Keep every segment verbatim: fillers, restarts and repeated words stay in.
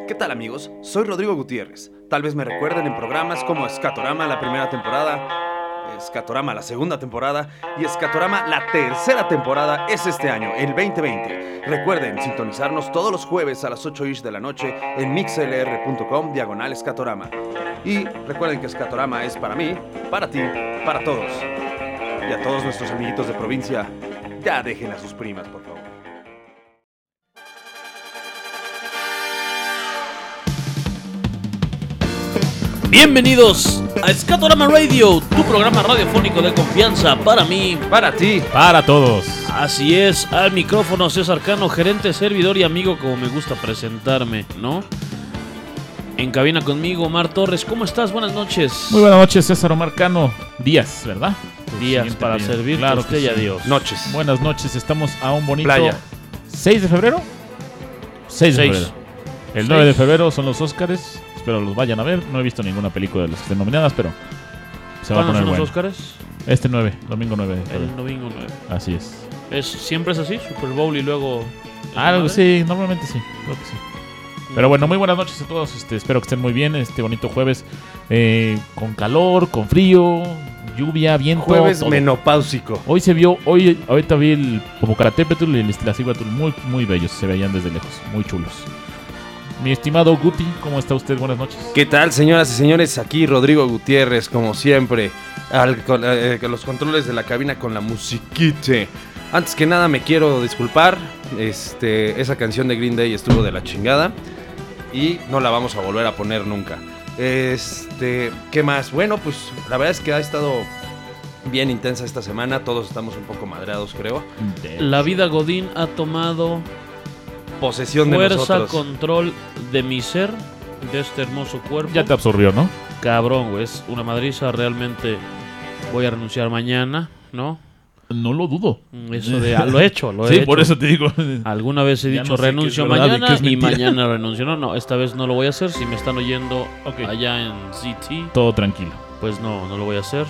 ¿Qué tal, amigos? Soy Rodrigo Gutiérrez. Tal vez me recuerden en programas como Skatorama la primera temporada, Skatorama la segunda temporada y Skatorama la tercera temporada es este año, el veinte veinte. Recuerden sintonizarnos todos los jueves a las ocho de la noche en mixlr punto com diagonal Skatorama. Y recuerden que Skatorama es para mí, para ti, para todos. Y a todos nuestros amiguitos de provincia, ya dejen a sus primas, por favor. Bienvenidos a Skatorama Radio, tu programa radiofónico de confianza para mí, para ti, para todos. Así es, al micrófono César Cano, gerente, servidor y amigo, como me gusta presentarme, ¿no? En cabina conmigo, Omar Torres. ¿Cómo estás? Buenas noches. Muy buenas noches, César Omar Cano. Días, ¿verdad? Días para día. servirte Claro a usted y a sí. Dios. Noches. Buenas noches, estamos a un bonito... Playa. ¿seis de febrero? seis de Seis. febrero. El nueve de febrero son los Óscares. Espero los vayan a ver. No he visto ninguna película de las que estén nominadas, pero se va a ¿Cuándo poner son los bueno. Óscares? Este nueve, domingo nueve de febrero. El domingo nueve. Así es. ¿Es, ¿Siempre es así? ¿Super Bowl y luego...? Algo sí, normalmente sí, creo que sí. Pero bueno, muy buenas noches a todos. Este, espero que estén muy bien este bonito jueves. Eh, con calor, con frío, lluvia, viento. Jueves todo. menopáusico. Hoy se vio, hoy ahorita vi el Popocatépetl y el Iztaccíhuatl muy, muy bellos, se veían desde lejos, muy chulos. Mi estimado Guti, ¿cómo está usted? Buenas noches. ¿Qué tal, señoras y señores? Aquí Rodrigo Gutiérrez, como siempre, al, con, eh, con los controles de la cabina con la musiquite. Antes que nada me quiero disculpar, este, esa canción de Green Day estuvo de la chingada y no la vamos a volver a poner nunca. Este, ¿qué más? Bueno, pues la verdad es que ha estado bien intensa esta semana, todos estamos un poco madreados, creo. La vida Godín ha tomado Posesión de fuerza, nosotros. control de mi ser, de este hermoso cuerpo. Ya te absorbió, ¿no? Cabrón, güey, es una madriza. Realmente voy a renunciar mañana, ¿no? No lo dudo. Eso de... ah, lo he hecho, lo he Sí, hecho. por eso te digo. Alguna vez he Ya dicho no sé qué renuncio es verdad y mañana qué es y mentira. mañana renuncio. No, no, esta vez no lo voy a hacer. Si me están oyendo Ok. allá en Z T, Todo tranquilo. pues no, no lo voy a hacer.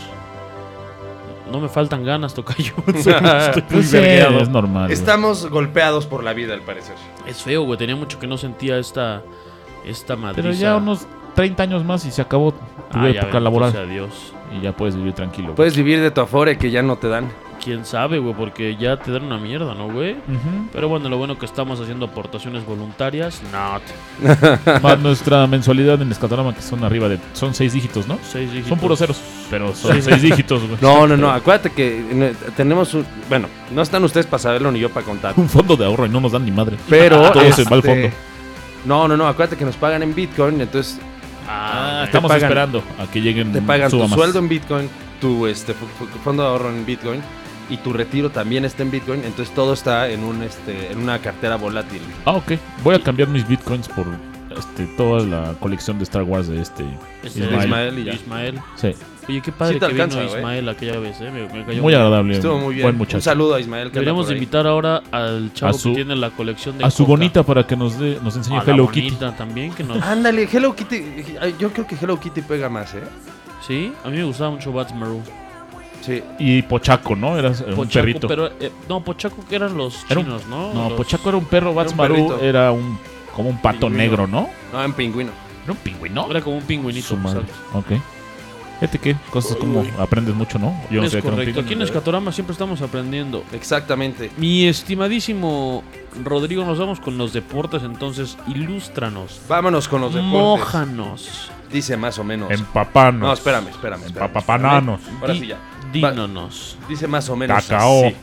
No me faltan ganas, tocayo. Estoy muy Pues sí, vergueado. es normal. güey. Estamos golpeados por la vida, al parecer. Es feo, güey. Tenía mucho que no sentía esta, esta madriza. Pero ya unos treinta años más y se acabó tu Ah, ya, época bendito laboral. sea Dios. Y ya puedes vivir tranquilo. güey. Puedes vivir de tu afore que ya no te dan. Quién sabe, güey, porque ya te dan una mierda, ¿no, güey? Ujú. Pero bueno, lo bueno que estamos haciendo aportaciones voluntarias. Not. Más nuestra mensualidad en Skatorama, que son arriba de... Son seis dígitos, ¿no? Seis dígitos. Son puros ceros, pero son seis dígitos, güey. No, no, no, acuérdate que eh, tenemos un... Bueno, no están ustedes para saberlo ni yo para contar. Un fondo de ahorro y no nos dan ni madre. Pero... Todo se va al este, fondo. No, no, no, acuérdate que nos pagan en Bitcoin, entonces Ah, Ah, estamos pagan- esperando a que lleguen. te pagan tu suba más. sueldo en Bitcoin, tu este, fu- fu- fondo de ahorro en Bitcoin y tu retiro también está en Bitcoin, entonces todo está en un este en una cartera volátil. Ah, ok. Voy a cambiar mis bitcoins por este, toda la colección de Star Wars de este Este, Ismael. Ismael y ya. Ismael. Sí, Oye, qué padre Sí te que alcanza, vino güey. Ismael aquella vez, ¿eh? Me, me cayó muy agradable. Estuvo muy bien. Buen Un muchacho. saludo a Ismael que anda Deberíamos por ahí. invitar ahora al chavo A su- que tiene la colección de A su Coca. bonita para que nos dé, nos enseñe A la Hello Kitty. bonita también, que nos... Ándale, Hello Kitty, ay, yo creo que Hello Kitty pega más, ¿eh? Sí, a mí me gustaba mucho Bats Maru. Sí. Y Pochaco, ¿no? Era un Pochaco, perrito. pero... eh, no, Pochaco que eran los Era un- chinos, ¿no? No, Los- Pochaco era un perro. Bats un Maru perrito. era un como un pato Pingüino. negro, ¿no? No, en pingüino. Era un pingüino. Era como un pingüinito. Su madre. exacto. Ok. Fíjate que cosas como aprendes mucho, ¿no? Yo no Es sé qué era un correcto. Aquí en pingüino. Escatorama siempre estamos aprendiendo. Exactamente. Mi estimadísimo Rodrigo, nos vamos con los deportes, entonces ilústranos. Vámonos con los deportes. Mójanos. Dice más o menos. Empapanos. No, espérame, espérame. espérame Empapapananos. espérame. Ahora Di- sí ya. Dínonos. Dice más o menos Cacao. así.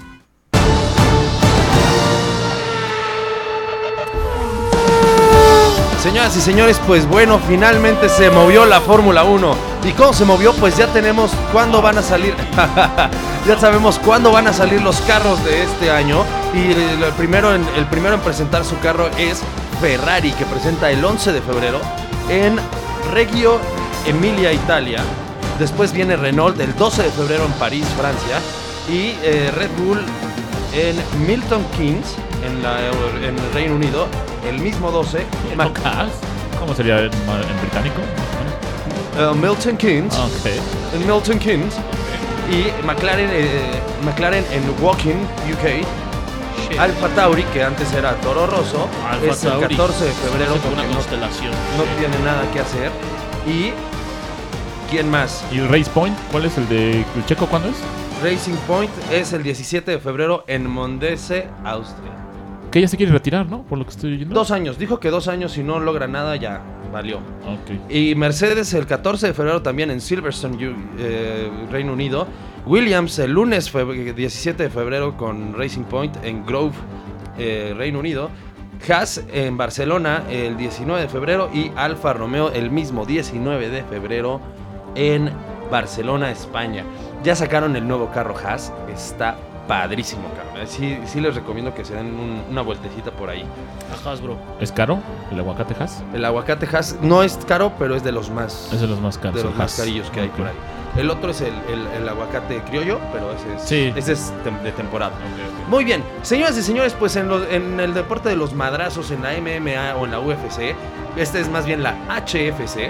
Señoras y señores, pues bueno, finalmente se movió la Fórmula uno. ¿Y cómo se movió? Pues ya tenemos cuándo van a salir. Ya sabemos cuándo van a salir los carros de este año. Y el el primero en, el primero en presentar su carro es Ferrari, que presenta el once de febrero en Reggio Emilia, Italia. Después viene Renault el doce de febrero en París, Francia. Y eh, Red Bull en Milton Keynes, en, la, en el Reino Unido, el mismo doce. Mac- ¿Cómo sería en, en británico? eh, Milton Keynes, Ok. en Milton Keynes. Y McLaren, eh, McLaren en Woking, U K. Alfa Tauri, que antes era Toro Rosso, Alfa es Tauri. el catorce de febrero, Parece porque una no, constelación. no tiene nada que hacer. Y ¿quién más? ¿Y el Race Point? ¿Cuál es el de el Checo? ¿Cuándo es? Racing Point es el diecisiete de febrero en Mondese, Austria. Que ella se quiere retirar, ¿no? Por lo que estoy oyendo. Dos años, dijo que dos años, si no logra nada ya valió. Ok. Y Mercedes el catorce de febrero también en Silverstone, eh, Reino Unido. Williams el lunes diecisiete de febrero con Racing Point en Grove, eh, Reino Unido. Haas en Barcelona el diecinueve de febrero y Alfa Romeo el mismo diecinueve de febrero en Barcelona, España. Ya sacaron el nuevo carro Haas, está padrísimo, cabrón. Sí, sí les recomiendo que se den un, una vueltecita por ahí. A Hasbro. ¿Es caro el aguacate Haas? El aguacate Haas no es caro, pero es de los más, Es de los más caros. de los el más Haas. carillos que hay Ok. por ahí. El otro es el, el- el aguacate criollo, pero ese es, Sí. ese es tem- de temporada. Ok, ok. Muy bien, señoras y señores, pues en, los- en el deporte de los madrazos, en la M M A o en la U F C, este es más bien la H F C,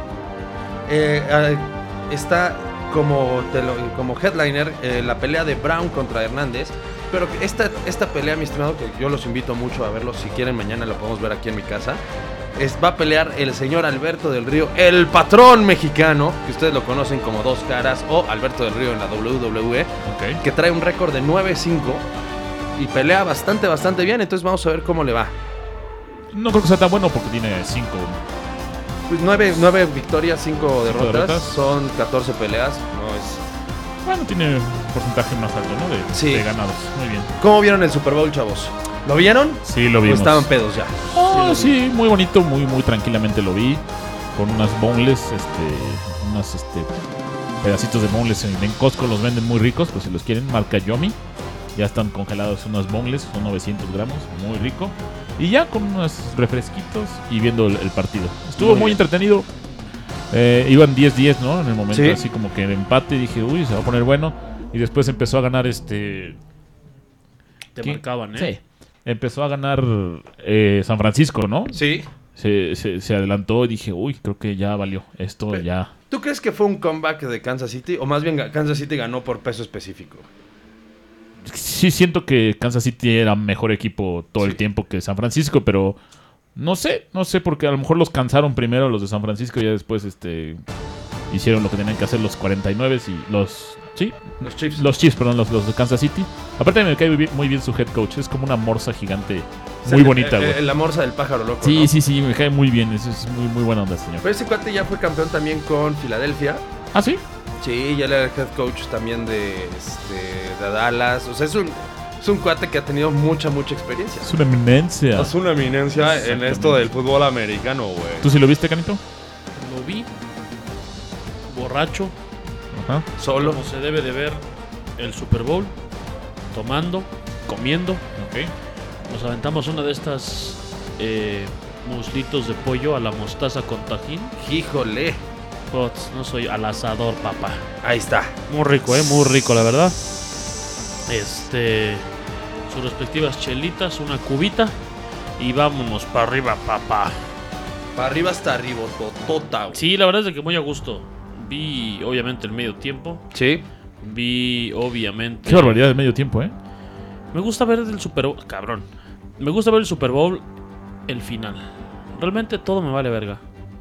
eh, eh, está como, te lo- como headliner eh, la pelea de Brown contra Hernández, pero que esta, esta pelea, mi estimado, que yo los invito mucho a verlo, si quieren mañana lo podemos ver aquí en mi casa, es, va a pelear el señor Alberto del Río, el patrón mexicano, que ustedes lo conocen como Dos Caras, o Alberto del Río en la W W E, Ok. que trae un récord de nueve cinco y pelea bastante, bastante bien. Entonces vamos a ver cómo le va. No creo que sea tan bueno porque tiene cinco. Pues nueve, nueve victorias, cinco derrotas. derrotas. Son catorce peleas. No es... Bueno, tiene un porcentaje más alto, ¿no? De, Sí. de ganados. Muy bien. ¿Cómo vieron el Super Bowl, chavos? ¿Lo vieron? Sí, lo ¿O vimos. estaban pedos ya? Oh, lo sí, muy bonito, muy muy tranquilamente lo vi. Con unas boneless, este, unos este, pedacitos de boneless en, en Costco los venden muy ricos, pues si los quieren, marca Yomi. Ya están congelados unos boneless, son novecientos gramos, muy rico. Y ya con unos refresquitos y viendo el, el partido. Estuvo Muy muy, bien. entretenido. Eh, iban diez diez, ¿no? En el momento Sí. así como que el empate, dije, uy, se va a poner bueno. Y después empezó a ganar este... Te ¿Quién? marcaban, ¿eh? Sí. Empezó a ganar eh, San Francisco, ¿no? Sí. Se, se, se adelantó y dije, uy, creo que ya valió. Esto Pe- ya. ¿Tú crees que fue un comeback de Kansas City? O más bien ga- Kansas City ganó por peso específico. Sí siento que Kansas City era mejor equipo todo Sí. el tiempo que San Francisco, pero no sé, no sé, porque a lo mejor los cansaron primero los de San Francisco y ya después este hicieron lo que tenían que hacer los cuarenta y nueve y los... Sí, Los Chiefs. los Chiefs, perdón, los, los de Kansas City. Aparte me cae muy bien, muy bien su head coach, es como una morsa gigante, O sea, muy bonita, eh, güey. eh, La morsa del pájaro loco, Sí, ¿no? sí, sí, me cae muy bien, es, es muy, muy buena onda, señor. Pero ese cuate ya fue campeón también con Filadelfia. ¿Ah, sí? Sí, ya era el head coach también de, este, de Dallas. O sea, es un, es un cuate que ha tenido mucha, mucha experiencia. Es una eminencia. Es una eminencia en Exactamente. esto del fútbol americano, güey. ¿Tú sí lo viste, Canito? Lo vi. Borracho. Ajá. Solo. Como se debe de ver el Super Bowl. Tomando. Comiendo. Ok. Nos aventamos una de estas eh, muslitos de pollo a la mostaza con tajín. Híjole. Pots, no soy al asador, papá. Ahí está. Muy rico, eh, muy rico, la verdad. Este, sus respectivas chelitas, una cubita y vámonos para arriba, papá. Para arriba hasta arriba, totota, güey. Sí, la verdad es de que muy a gusto. Vi, obviamente, el medio tiempo. Sí. Vi, obviamente. Qué barbaridad de medio tiempo, ¿eh? Me gusta ver el Super Bowl, cabrón. Me gusta ver el Super Bowl, el final. Realmente todo me vale verga.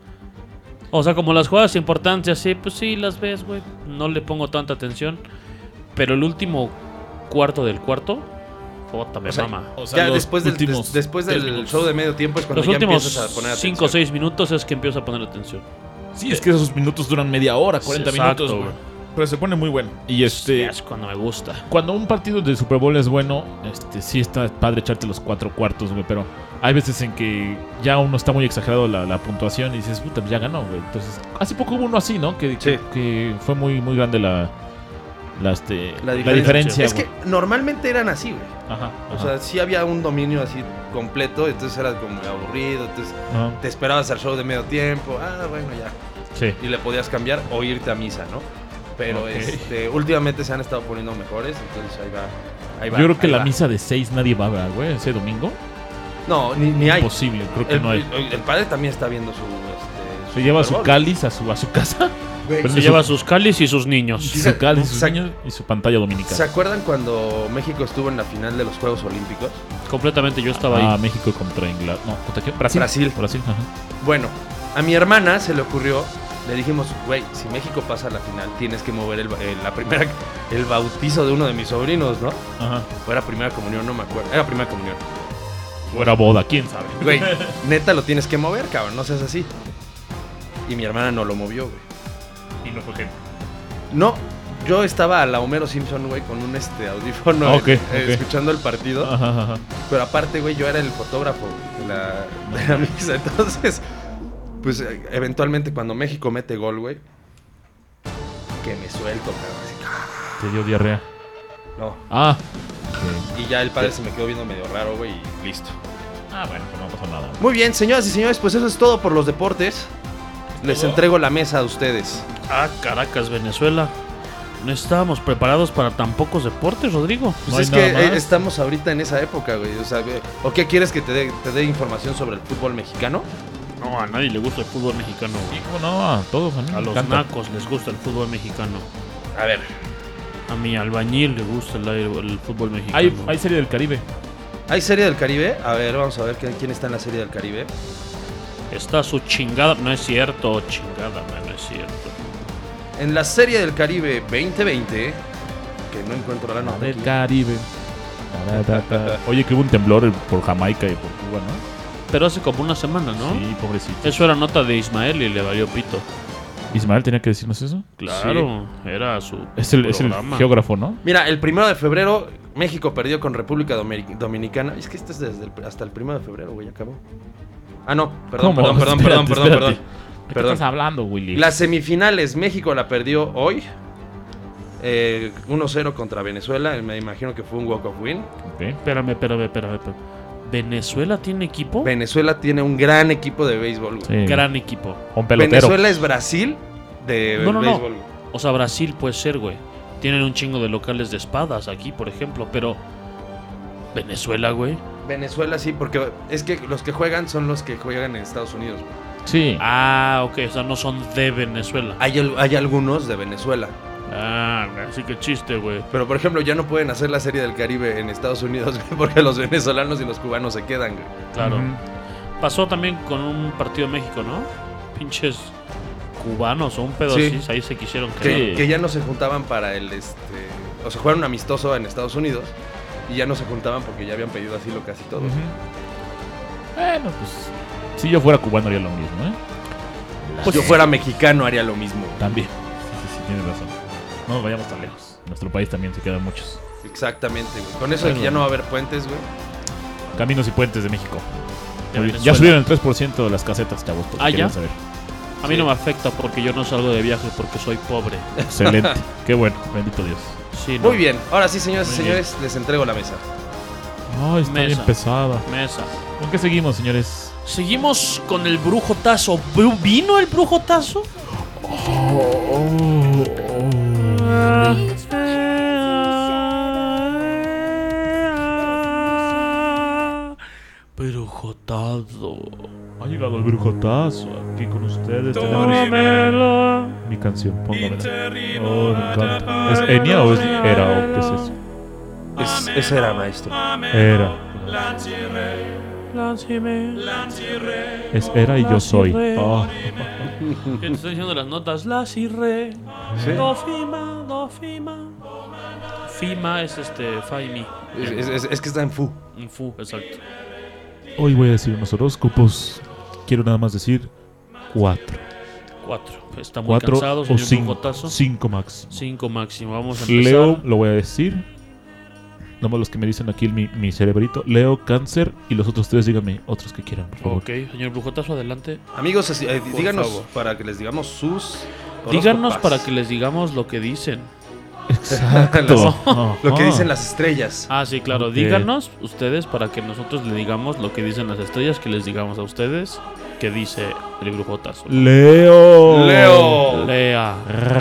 O sea, como las jugadas importantes, así, pues sí, las ves, güey. No le pongo tanta atención. Pero el último cuarto del cuarto, puta, me O sea, mama. O sea, Ya los después del, últimos des- después tres del minutos. show de medio tiempo es cuando Los ya últimos empiezas a poner atención. cinco o seis minutos es que empiezo a poner atención. Sí, es que esos minutos duran media hora, cuarenta Exacto, minutos, güey. güey. Pero se pone muy bueno. Y este, Es cuando me gusta. cuando un partido de Super Bowl es bueno, este, sí está padre echarte los cuatro cuartos, güey. Pero hay veces en que ya uno está muy exagerado la, la puntuación y dices, puta, ya ganó, güey. Entonces, hace poco hubo uno así, ¿no? Que, Sí. que, que fue muy, muy grande la, la, este, La la diferencia. diferencia. Es que güey. normalmente eran así, güey. Ajá, O ajá, sea, sí había un dominio así completo, entonces era como aburrido, entonces ajá. te esperabas al show de medio tiempo, ah, bueno, ya. Sí. Y le podías cambiar o irte a misa, ¿no? Pero Ok. este, últimamente se han estado poniendo mejores, entonces ahí va. Ahí va, Yo creo que ahí la va. misa de seis nadie va a ver, güey, ese domingo. No, ni, ni hay. Imposible, creo que El, no hay. el- el padre también está viendo su. Este, Se lleva Super su Bowl. cáliz a su, a su casa. Güey, Pero Se su- lleva sus calis y sus niños. Su cal y sus Sa- niños y su pantalla dominical. ¿Se acuerdan cuando México estuvo en la final de los Juegos Olímpicos? Completamente, yo estaba Ah, ahí. México contra Inglaterra. No, ¿contra quién? Brasil. Brasil. Brasil, ajá. Bueno, a mi hermana se le ocurrió, le dijimos, güey, si México pasa a la final, tienes que mover el, ba- el- la primera, el bautizo de uno de mis sobrinos, ¿no? Ajá. O era primera comunión, no me acuerdo. Era primera comunión. O era boda, quién sabe. Güey, neta lo tienes que mover, cabrón, no seas así. Y mi hermana no lo movió, güey. Y no fue gente. No, yo estaba a la Homero Simpson, güey, con un este audífono, Ok, eh, ok. escuchando el partido. Ajá, ajá. Pero aparte, güey, yo era el fotógrafo de la, de la misa. Entonces, pues eh, eventualmente cuando México mete gol, güey, que me suelto, cabrón. Te dio diarrea. Así, no. Ah. Ok. Y ya el padre se me quedó viendo medio raro, güey, y listo. Ah, bueno, pues no pasó nada. Muy bien, señoras y señores, pues eso es todo por los deportes. Les todo? entrego la mesa a ustedes. Ah, Caracas, Venezuela. No estábamos preparados para tan pocos deportes, Rodrigo. Pues No hay es que nada eh, más. estamos ahorita en esa época, güey. O sea, güey, ¿o qué quieres que te dé te dé información sobre el fútbol mexicano? No, a nadie le gusta el fútbol mexicano. Sí, cómo no, a todos a mí A me los encanta. nacos les gusta el fútbol mexicano. A ver. A mi albañil le gusta el, el fútbol mexicano. Hay, hay serie del Caribe. ¿Hay serie del Caribe? A ver, vamos a ver quién quién está en la serie del Caribe. Está su chingada. No es cierto, chingada, no, no es cierto. En la serie del Caribe veinte veinte, que no encuentro la nota Del aquí. Caribe. Taratata. Oye, que hubo un temblor por Jamaica y por Cuba, ¿no? Pero hace como una semana, ¿no? Sí, pobrecito. Eso era nota de Ismael y le valió pito. Ismael tenía que decirnos eso. Claro, era su Es el, es el programa. geógrafo, ¿no? Mira, el primero de febrero México perdió con República Domi- Dominicana. Es que este es desde el, hasta el primero de febrero, güey, acabó. Ah, no, perdón, ¿Cómo? perdón, perdón, Espérate, perdón, perdón, espérate. perdón. ¿De qué Perdón. estás hablando, Willy? Las semifinales, México la perdió hoy. Eh, uno cero contra Venezuela. Me imagino que fue un walk of win. Ok. Espérame, espérame, espérame, espérame. ¿Venezuela tiene equipo? Venezuela tiene un gran equipo de béisbol, güey. Sí. Gran equipo. Un pelotero. Venezuela es Brasil de No, no, no. béisbol. güey. O sea, Brasil puede ser, güey. Tienen un chingo de locales de espadas aquí, por ejemplo. Pero Venezuela, güey. Venezuela sí, porque es que los que juegan son los que juegan en Estados Unidos. güey. Sí. Ah, ok. O sea, no son de Venezuela. Hay, al- hay algunos de Venezuela. Ah, así que chiste, güey. Pero por ejemplo, ya no pueden hacer la serie del Caribe en Estados Unidos, güey, porque los venezolanos y los cubanos se quedan, güey. Claro. Ujú. Pasó también con un partido de México, ¿no? Pinches cubanos o un pedo Sí. así. Ahí se quisieron Que, quedar. Sí. que ya no se juntaban para el este. O sea, jugaron amistoso en Estados Unidos y ya no se juntaban porque ya habían pedido asilo casi todos. Ujú. Bueno, pues. Si yo fuera cubano haría lo mismo, ¿eh? Pues si yo fuera mexicano haría lo mismo. güey. También. Sí, sí, sí, tienes razón. No nos vayamos tan lejos. En nuestro país también se quedan muchos. Exactamente, güey. Con eso de que Bueno. ya no va a haber puentes, güey. Caminos y puentes de México. De Muy bien. Venezuela. Ya subieron el tres por ciento de las casetas, chavos. por si Ah, quieren ¿ya? saber. A mí no me afecta porque yo no salgo de viaje porque soy pobre. Excelente. Qué bueno. Bendito Dios. Sí, no. Muy bien. Ahora sí, señoras y Muy señores, les entrego la mesa. Ay, está Mesa. bien pesada. Mesa. ¿Con qué seguimos, señores? Seguimos con el brujotazo. ¿Bru- ¿Vino el brujotazo? Brujotazo. Ha llegado el brujotazo. Aquí con ustedes tenemos Tómelo. mi canción. Póngamela. Oh, me encanta. ¿Es Enya o es Era o qué es eso? Es, ese era, maestro. Era. Es Era y yo soy. Oh. ¿Qué te estoy diciendo las notas? La, si, re. ¿Sí? Do, fi, ma, do, fi, ma. Fi, ma es este, fa y mi. Es, es- es- es que está en fu. En fu, exacto. Hoy voy a decir unos horóscopos. Quiero nada más decir cuatro. Cuatro. Está muy Cuatro cansado, o señor cinco. brujotazo. Cinco máximo. Cinco máximo. Vamos a empezar. Leo, lo voy a decir. Nomás los que me dicen aquí mi, mi cerebrito. Leo, Cáncer y los otros tres díganme otros que quieran, por favor. Ok, señor brujotazo, adelante. Amigos, así, eh, Por díganos favor. para que les digamos sus. Díganos horóscopas. para que les digamos lo que dicen. Exacto. Lo que Ajá. dicen las estrellas. Ah, sí, claro. Ok. Díganos ustedes para que nosotros le digamos lo que dicen las estrellas, que les digamos a ustedes que dice el brujotazo. Leo. Leo. Lea.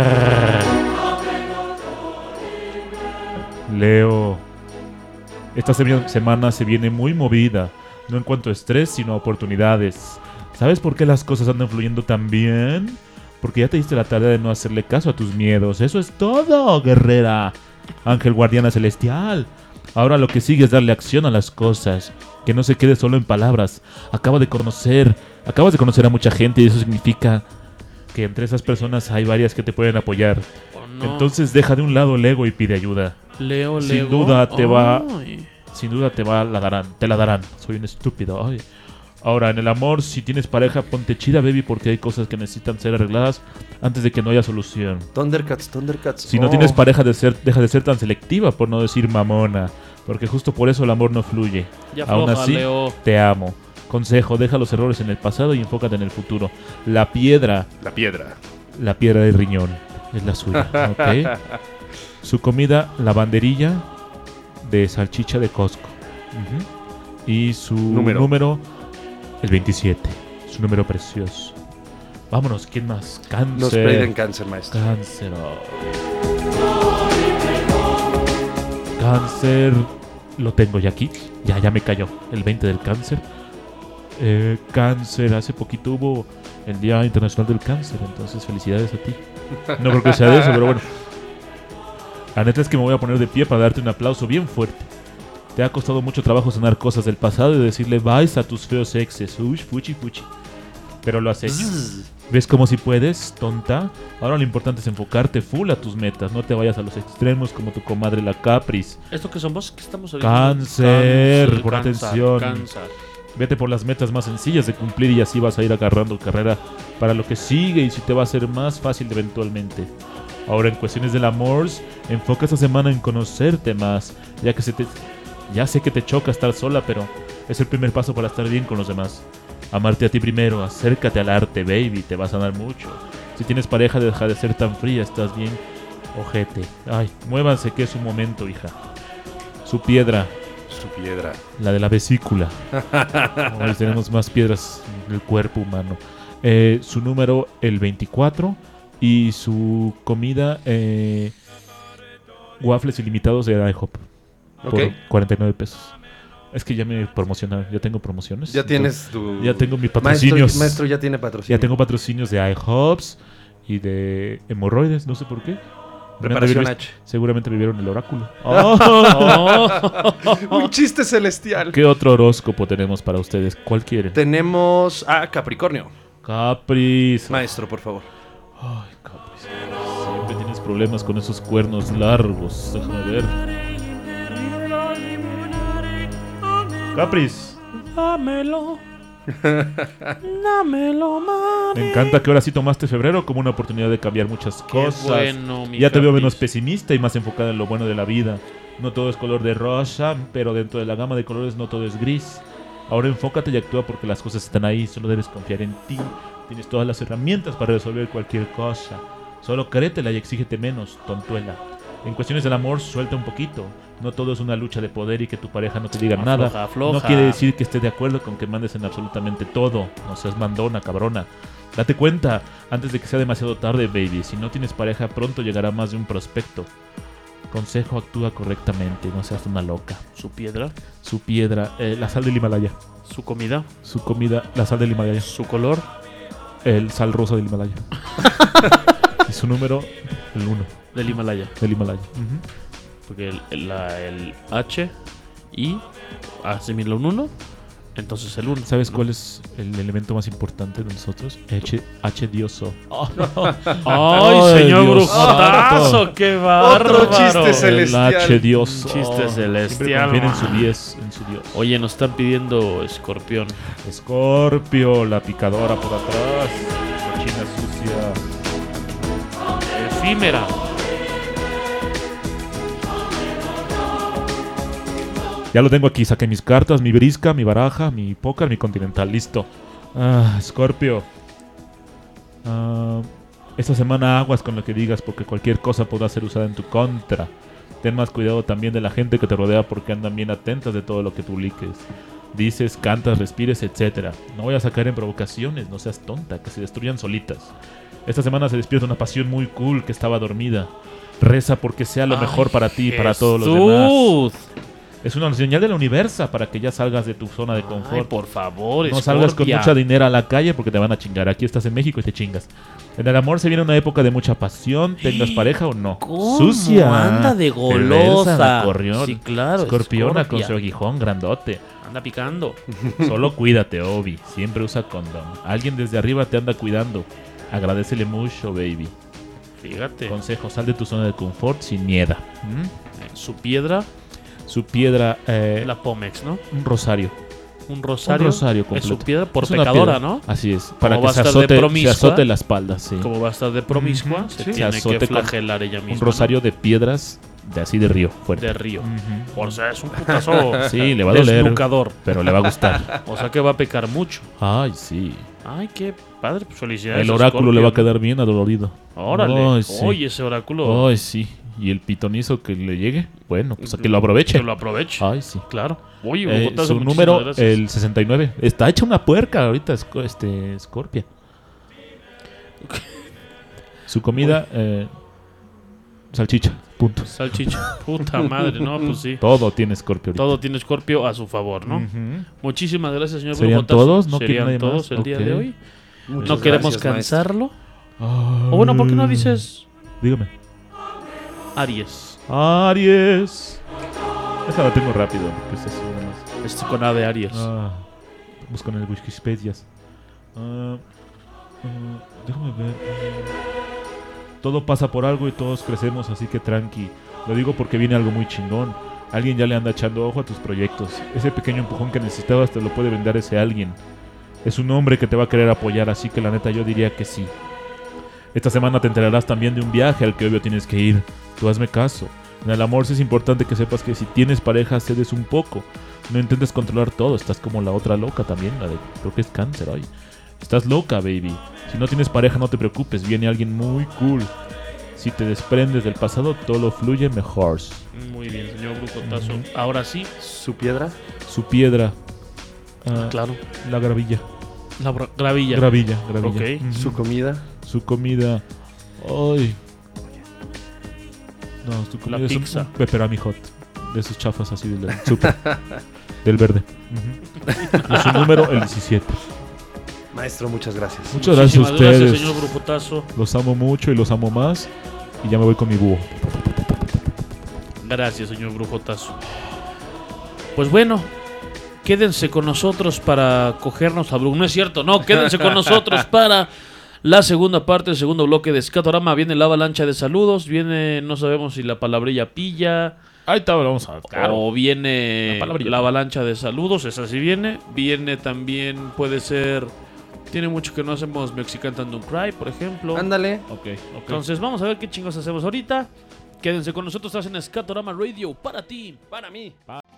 Leo. Esta se- semana se viene muy movida. No en cuanto a estrés, sino a oportunidades. ¿Sabes por qué las cosas andan fluyendo tan bien? porque ya te diste la tarea de no hacerle caso a tus miedos. Eso es todo, guerrera. Ángel guardiana celestial. Ahora lo que sigue es darle acción a las cosas. Que no se quede solo en palabras. Acaba de conocer, acabas de conocer a mucha gente y eso significa que entre esas personas hay varias que te pueden apoyar. Oh, no. Entonces deja de un lado el ego y pide ayuda. Leo, Sin Lego. duda te va, Ay. sin duda te va la darán, te la darán. Soy un estúpido. Ay. Ahora, en el amor, si tienes pareja, ponte chida, baby, porque hay cosas que necesitan ser arregladas antes de que no haya solución. Thundercats, Thundercats. Si no Oh. tienes pareja, de ser, deja de ser tan selectiva, por no decir mamona, porque justo por eso el amor no fluye. Ya Aún floja, así, Leo. te amo. Consejo, deja los errores en el pasado y enfócate en el futuro. La piedra, La piedra. la piedra de riñón, es la suya, ¿ok? Su comida, la banderilla de salchicha de Costco. Ujú. Y su Número. número, el veintisiete. Su número precioso. Vámonos, ¿quién más? Cáncer. Nos prenden cáncer, maestro. Cáncer. oh. Cáncer. Lo tengo ya aquí. Ya, ya me cayó. El veinte del cáncer. Eh, cáncer. Hace poquito hubo el Día Internacional del Cáncer. Entonces, felicidades a ti. No creo que sea de eso, pero bueno. La neta es que me voy a poner de pie para darte un aplauso bien fuerte. Te ha costado mucho trabajo sanar cosas del pasado y decirle bye a tus feos exes. Uy, fuchi, fuchi. Pero lo has hecho. ¿Ves cómo si puedes, tonta? Ahora lo importante es enfocarte full a tus metas. No te vayas a los extremos como tu comadre la Capris. ¿Esto qué somos? ¿Qué estamos hablando? Cáncer, pon cáncer, atención. cáncer. Vete por las metas más sencillas de cumplir y así vas a ir agarrando carrera para lo que sigue y si te va a ser más fácil eventualmente. Ahora en cuestiones del amor, enfoca esta semana en conocerte más, ya que se te... Ya sé que te choca estar sola, pero es el primer paso para estar bien con los demás. Amarte a ti primero, acércate al arte, baby, te va a sanar mucho. Si tienes pareja, deja de ser tan fría, estás bien, ojete. Ay, muévanse que es un momento, hija. Su piedra, Su piedra. la de la vesícula. Hoy tenemos más piedras en el cuerpo humano. Eh, su número, el veinticuatro. Y su comida, eh, waffles ilimitados de IHOP. Por Ok. cuarenta y nueve pesos. Es que ya me promocionaron, ya tengo promociones. Ya tienes tu... Ya tengo mis Maestro, patrocinios. maestro ya tiene patrocinio. Ya tengo patrocinios de IHOPs y de hemorroides, no sé por qué. Me han de Preparación haber H. visto- Seguramente me vieron el oráculo. Oh. Un chiste celestial. ¿Qué otro horóscopo tenemos para ustedes? ¿Cuál quieren? Tenemos a Capricornio. Capris. Maestro, por favor. Ay, Capris. Siempre tienes problemas con esos cuernos largos. Déjame ver. Capris. Dámelo. Dámelo, mami. Me encanta que ahora sí tomaste febrero como una oportunidad de cambiar muchas Qué cosas. bueno, mi Ya te veo Capris. menos pesimista y más enfocada en lo bueno de la vida. No todo es color de rosa, pero dentro de la gama de colores no todo es gris. Ahora enfócate y actúa porque las cosas están ahí. Solo debes confiar en ti. Tienes todas las herramientas para resolver cualquier cosa. Solo créetela y exígete menos, tontuela. En cuestiones del amor, suelta un poquito. No todo es una lucha de poder y que tu pareja no te diga Afloja, nada. afloja. No quiere decir que esté de acuerdo con que mandes en absolutamente todo. No seas mandona, cabrona. Date cuenta antes de que sea demasiado tarde, baby. Si no tienes pareja, pronto llegará más de un prospecto. Consejo, actúa correctamente. No seas una loca. Su piedra, Su piedra, eh, la sal del Himalaya. su comida, Su comida, la sal del Himalaya. su color. El sal rosa del Himalaya. Y su número, el uno Del Himalaya. del Himalaya. Porque el, el- la- el H y asimila un uno. Entonces el uno. ¿Sabes cuál es el elemento más importante de nosotros? H, H dioso. ¡Ay, Ay, señor Dios brujotazo! santo. ¡Qué bárbaro! Otro chiste El celestial. H dioso. Chiste Siempre celestial. confíen en su diez, en su Dios. Oye, nos están pidiendo escorpión. Escorpio, la picadora por atrás. Cochina sucia. Efímera. Ya lo tengo aquí, saqué mis cartas, mi brisca, mi baraja, mi póker, mi continental, listo. Ah, Scorpio. Ah, esta semana aguas con lo que digas porque cualquier cosa podrá ser usada en tu contra. Ten más cuidado también de la gente que te rodea porque andan bien atentas de todo lo que publiques. Dices, cantas, respires, etcétera. No vayas a caer en provocaciones, no seas tonta, que se destruyan solitas. Esta semana se despierta una pasión muy cool que estaba dormida. Reza porque sea lo Ay, mejor para ti y para todos los demás. Jesús. Es una señal de la universa para que ya salgas de tu zona de confort. Ay, por favor, no salgas con Scorpia. mucha dinero a la calle porque te van a chingar. Aquí estás en México y te chingas. En el amor se viene una época de mucha pasión, tengas pareja o no. ¿Cómo? Sucia. Anda de Perversa, golosa. corrión. Sí, claro. Escorpiona Scorpia. con su aguijón grandote. Anda picando. Solo cuídate, Obi. Siempre usa condón. Alguien desde arriba te anda cuidando. Agradecele mucho, baby. Fíjate. Consejo, sal de tu zona de confort sin miedo. ¿Mm? Eh, Su piedra, Su piedra, eh, la Pomex, ¿no? un rosario. Un rosario. Un rosario Es completo. su piedra por Es una pecadora, piedra. ¿no? Así es. Para Como que va se a estar de azote, se promiscua, azote la espalda, sí. Como va a estar de promiscua, Ujú, se sí. tiene Se azote que con flagelar ella misma. Un rosario de piedras de así de río, ¿no? fuerte. De río. Ujú. O sea, es un putazo Sí, le va a doler, desnucador. pero le va a gustar. O sea que va a pecar mucho. Ay, sí. Ay, qué padre. Pues felicidades. El a oráculo le va a Scorpio, quedar bien adolorido. ¿no? Órale. Ay, sí. Oye, ese oráculo. Ay, sí. Y el pitonizo que le llegue, bueno, pues a que lo aproveche. Que lo aproveche. Ay, sí. Claro. Oye, Eh, Bogotazo, su muchísimas número, gracias. el sesenta y nueve. Está hecha una puerca ahorita, Sco- este, Scorpia. Su comida, eh, salchicha, punto. Salchicha. Puta madre, no, pues sí. Todo tiene Scorpio ahorita. Todo tiene Scorpio a su favor, ¿no? Ujú. Muchísimas gracias, señor ¿Serían Brujotazo. todos? ¿No quiere ¿Serían nadie todos más? el día Ok. de hoy? Muchas No queremos gracias, maestro. cansarlo. O bueno, ¿por qué no dices Dígame. Aries? Aries. Esa la tengo rápido, porque es así nada más. Este con A de Aries. Ah, vamos con el Wikipedias. Ah, ah, déjame ver. Todo pasa por algo y todos crecemos, así que tranqui. Lo digo porque viene algo muy chingón. Alguien ya le anda echando ojo a tus proyectos. Ese pequeño empujón que necesitabas te lo puede vender ese alguien. Es un hombre que te va a querer apoyar, así que la neta yo diría que sí. Esta semana te enterarás también de un viaje al que obvio tienes que ir. Tú hazme caso. En el amor sí es importante que sepas que si tienes pareja cedes un poco. No intentes controlar todo, estás como la otra loca también, la de creo que es cáncer hoy. Estás loca, baby. Si no tienes pareja no te preocupes, viene alguien muy cool. Si te desprendes del pasado todo fluye mejor. Muy bien, señor Brujotazo. Ahora sí, ¿Su piedra? Su piedra. ah, claro. La gravilla. La bra- gravilla. Gravilla, gravilla. Ok. Ujú. ¿Su comida? Su comida. Ay. No, su comida La es un- pizza. un pepperoni hot. De esos chafas así del super. Del verde. Ujú. Y su número, el diecisiete. Maestro, muchas gracias. Muchas gracias a Muchísimas gracias, ustedes. señor Brujotazo. Los amo mucho y los amo más. Y ya me voy con mi búho. Gracias, señor Brujotazo. Pues bueno, quédense con nosotros para cogernos a Brujo. No es cierto, no, quédense con nosotros para la segunda parte, el segundo bloque de Skatorama. Viene la avalancha de saludos, viene, no sabemos si la palabrilla pilla, Ahí está, vamos a o viene La palabrilla. la avalancha de saludos, esa sí viene. Viene también, puede ser, tiene mucho que no hacemos Mexican Don't Cry, por ejemplo. Ándale. Ok, ok. Entonces vamos a ver qué chingos hacemos ahorita. Quédense con nosotros, estás en Skatorama Radio, para ti. Para mí.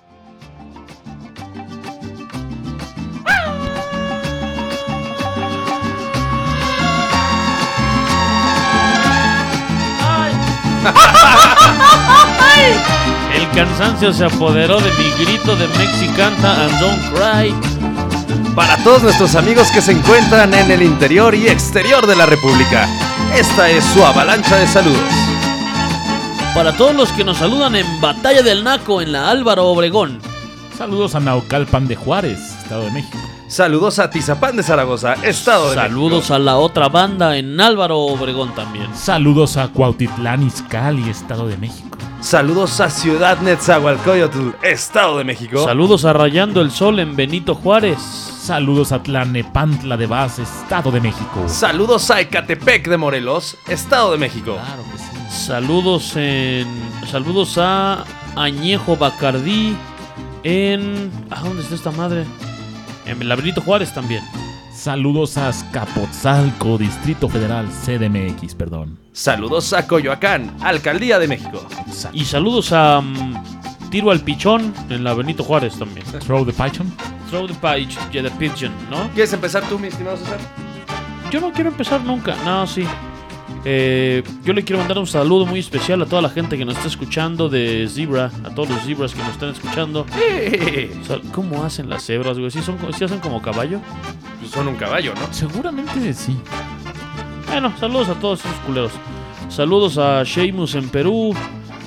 El cansancio se apoderó de mi grito de Mexicanta and Don't Cry. Para todos nuestros amigos que se encuentran en el interior y exterior de la República, esta es su avalancha de saludos. Para todos los que nos saludan en Batalla del Naco en la Álvaro Obregón. Saludos a Naucalpan de Juárez, Estado de México. Saludos a Tizapán de Zaragoza, Estado de Saludos México. a la otra banda en Álvaro Obregón también. Saludos a Cuautitlán Izcalli, Estado de México. Saludos a Ciudad Netzahualcóyotl, Estado de México. Saludos a Rayando el Sol en Benito Juárez. Saludos a Tlanepantla de Vaz, Estado de México. Saludos a Ecatepec de Morelos, Estado de México. Claro que sí. Saludos en. Saludos a Añejo Bacardí en. ¿A dónde está esta madre? En la Benito Juárez también. Saludos a Azcapotzalco, Distrito Federal, C D M X, perdón. Saludos a Coyoacán, Alcaldía de México. Y saludos a mm, Tiro al Pichón en la Benito Juárez también. Throw the Python. Throw the page, yeah, the pigeon, ¿no? ¿Quieres empezar tú, mi estimado César? Yo no quiero empezar nunca. No, sí. Eh, yo le quiero mandar un saludo muy especial a toda la gente que nos está escuchando de Zebra, a todos los zebras que nos están escuchando. O sea, ¿cómo hacen las cebras, güey? ¿Sí, son, ¿Sí hacen como caballo? Pues son un caballo, ¿no? Seguramente sí. Bueno, saludos a todos esos culeros. Saludos a Sheamus en Perú.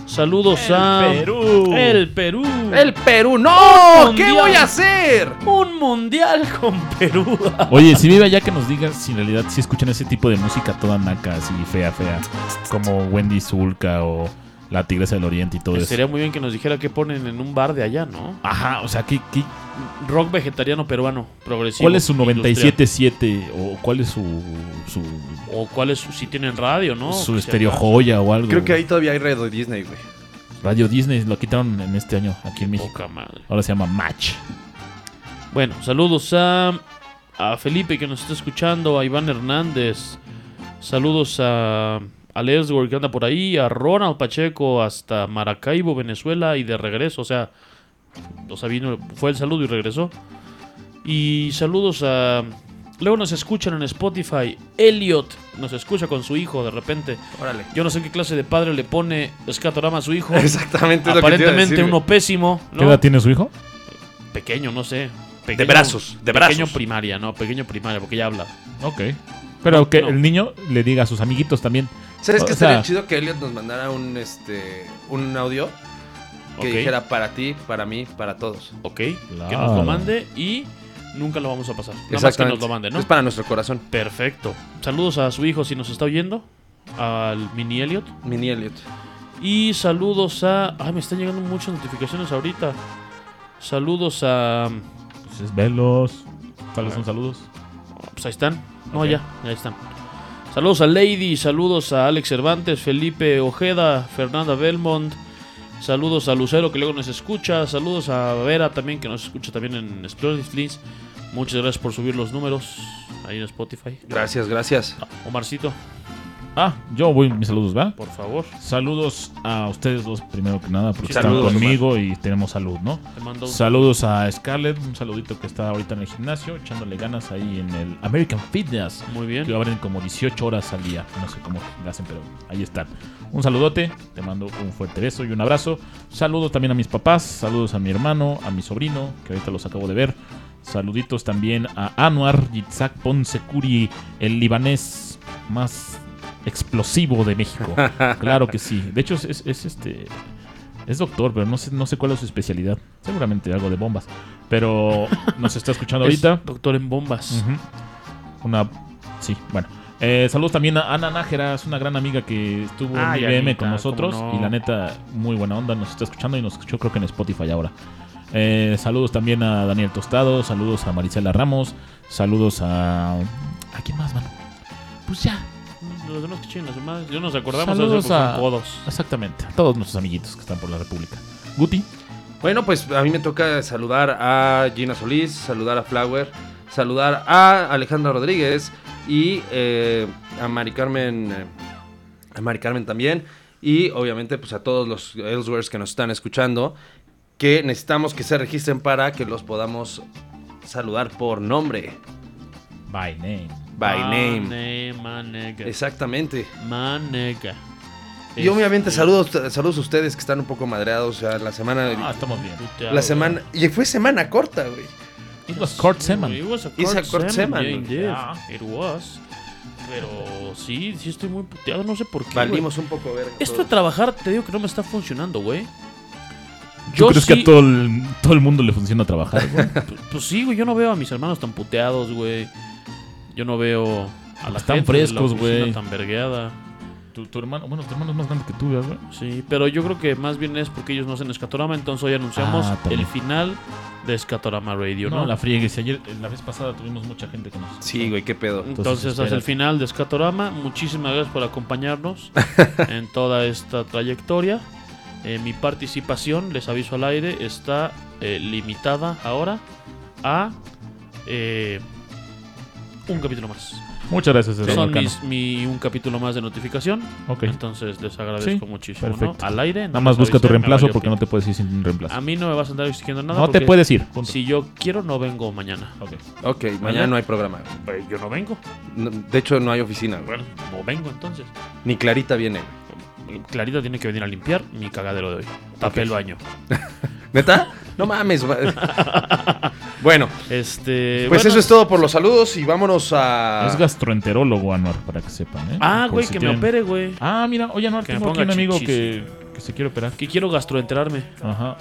Saludos El a... Perú. El Perú. ¡El Perú! ¡No! Un ¿Qué mundial. voy a hacer? Un mundial con Perú. Oye, si vive allá que nos digas si en realidad si escuchan ese tipo de música toda naca, así fea, fea, como Wendy Zulka o La Tigresa del Oriente y todo eso. Sería muy bien que nos dijera qué ponen en un bar de allá, ¿no? Ajá, o sea, ¿qué, qué, Rock vegetariano peruano, progresivo. ¿cuál es su noventa y siete industrial. siete o cuál es su su, O cuál es su... Si tienen radio, ¿no? su Que estéreo sea- joya o algo? Creo que ahí todavía hay Radio Disney, güey. Radio Disney lo quitaron en este año aquí en México. Poca madre. Ahora se llama Match. Bueno, saludos a, a Felipe que nos está escuchando, a Iván Hernández, saludos a, a Lesworth que anda por ahí, a Ronald Pacheco hasta Maracaibo, Venezuela y de regreso, o sea, o sea vino, fue el saludo y regresó. Y saludos a... Luego nos escuchan en Spotify, Elliot nos escucha con su hijo de repente. Órale. Yo no sé qué clase de padre le pone Escatorama a su hijo. Exactamente es lo que te iba a Aparentemente decir, uno güey. pésimo, ¿Qué edad ¿no? tiene su hijo? Pequeño, no sé. De Pequeño- brazos, de Pequeño brazos. primaria, no, pequeño primaria, porque ya habla. Ok. Pero No, que no. el niño le diga a sus amiguitos también. ¿Sabes O qué sea- estaría chido que Elliot nos mandara un este un audio que Ok. dijera para ti, para mí, para todos? Ok, que Claro. nos lo mande y nunca lo vamos a pasar. Nada más que Exactamente. nos lo mande, ¿no? Es para nuestro corazón. Perfecto. Saludos a su hijo si nos está oyendo, al mini Elliot. Mini Elliot. Y saludos a... Ay, me están llegando muchas notificaciones ahorita. Saludos a... Pues es velos. ¿Cuáles son saludos? Pues ahí están. No, Ok. ya, ya están. Saludos a Lady, saludos a Alex Cervantes, Felipe Ojeda, Fernanda Belmont. Saludos a Lucero que luego nos escucha. Saludos a Vera también que nos escucha también en Exploding Fleas. Muchas gracias por subir los números ahí en Spotify. Gracias, gracias. Omarcito, Ah, yo voy mis saludos, ¿va? por favor. Saludos a ustedes dos primero que nada porque Sí, están saludos, conmigo y tenemos salud, ¿no? Te mando un... Saludos a Scarlett, un saludito que está ahorita en el gimnasio, echándole ganas ahí en el American Fitness, Muy que bien. abren como dieciocho horas al día. No sé cómo lo hacen, pero ahí están. Un saludote, te mando un fuerte beso y un abrazo. Saludos también a mis papás, saludos a mi hermano, a mi sobrino, que ahorita los acabo de ver. Saluditos también a Anwar Yitzhak Ponce Curi, el libanés más explosivo de México. Claro que sí. De hecho, es, es- es este. Es doctor, pero no sé, no sé cuál es su especialidad. Seguramente algo de bombas. Pero nos está escuchando Es ahorita. doctor en bombas. Ujú. Una. Sí, bueno. Eh, saludos también a Ana Nájera, es una gran amiga que estuvo Ay, en I B M Anita, con nosotros. cómo no. Y la neta, muy buena onda, nos está escuchando y nos escuchó creo que en Spotify ahora. Eh, saludos también a Daniel Tostado, saludos a Marisela Ramos, saludos a... ¿A quién más, mano? Pues ya, Los demás que chingan a su madre. Yo nos acordamos Saludos de eso, pues, a- son codos. exactamente, a todos nuestros amiguitos que están por la República. Guti, Bueno, pues a mí me toca saludar a Gina Solís, saludar a Flower, saludar a Alejandra Rodríguez y eh, a Mari Carmen, eh, a Mari Carmen también, y obviamente pues a todos los Elsewheres que nos están escuchando, que necesitamos que se registren para que los podamos saludar por nombre, by name. by name. Mane, manega. Exactamente. Manega. Y obviamente Este, saludos, saludos a ustedes que están un poco madreados, o sea, la semana, Ah, estamos bien. puteado, la semana, y fue semana corta, güey. It was Kurt Seman. It was a It's a Kurt Kurt Seman, Seman, yeah, güey. indeed. Yeah. It was. Pero sí, sí estoy muy puteado, no sé por qué. Valimos un poco verga. güey. Esto de todos. trabajar, te digo que no me está funcionando, güey. ¿Tú crees que sí- a todo el, todo el mundo le funciona trabajar, güey? Pues, pues sí, güey, yo no veo a mis hermanos tan puteados, güey. Yo no veo a la Están gente de la frescos, oficina güey. tan vergueada. Tu, tu hermano, bueno, tu hermano es más grande que tú, ¿verdad, güey? Sí, pero yo creo que más bien es porque ellos no hacen Escatorama, entonces hoy anunciamos Ah, también. el final de Escatorama Radio, ¿no? No, la friegue. Si ayer, la vez pasada tuvimos mucha gente que nos... Sí, güey, qué pedo. Entonces, Entonces, hasta el espérate. final de Escatorama. Muchísimas gracias por acompañarnos en toda esta trayectoria. Eh, mi participación, les aviso al aire, está eh, limitada ahora a eh, un capítulo más. Muchas gracias, Eduardo Son Cano. mis, mi, un capítulo más de notificación. Ok. Entonces les agradezco Sí, muchísimo. ¿no? perfecto. Al aire. no Nada más les busca tu avisé, me reemplazo valió porque no pito. te puedes ir sin un reemplazo. A mí no me vas a andar exigiendo nada. No te porque puedes ir. Punto. Si yo quiero, no vengo mañana. Ok. Ok, mañana no hay programa. Pues yo no vengo. No, de hecho, no hay oficina, güey. Bueno, no vengo entonces. Ni Clarita viene. Clarita tiene que venir a limpiar mi cagadero de hoy. Tapé el baño. ¿Neta? No mames. güey. Bueno, Este. pues bueno, eso es todo por los saludos y vámonos a... Es gastroenterólogo, Anuar, para que sepan, ¿eh? Ah, Por güey, si que tienen- me opere, güey. Ah, mira, oye, Anuar, Que me tengo aquí ponga un amigo chichis. que, que se quiere operar. Que quiero gastroenterarme. Ajá.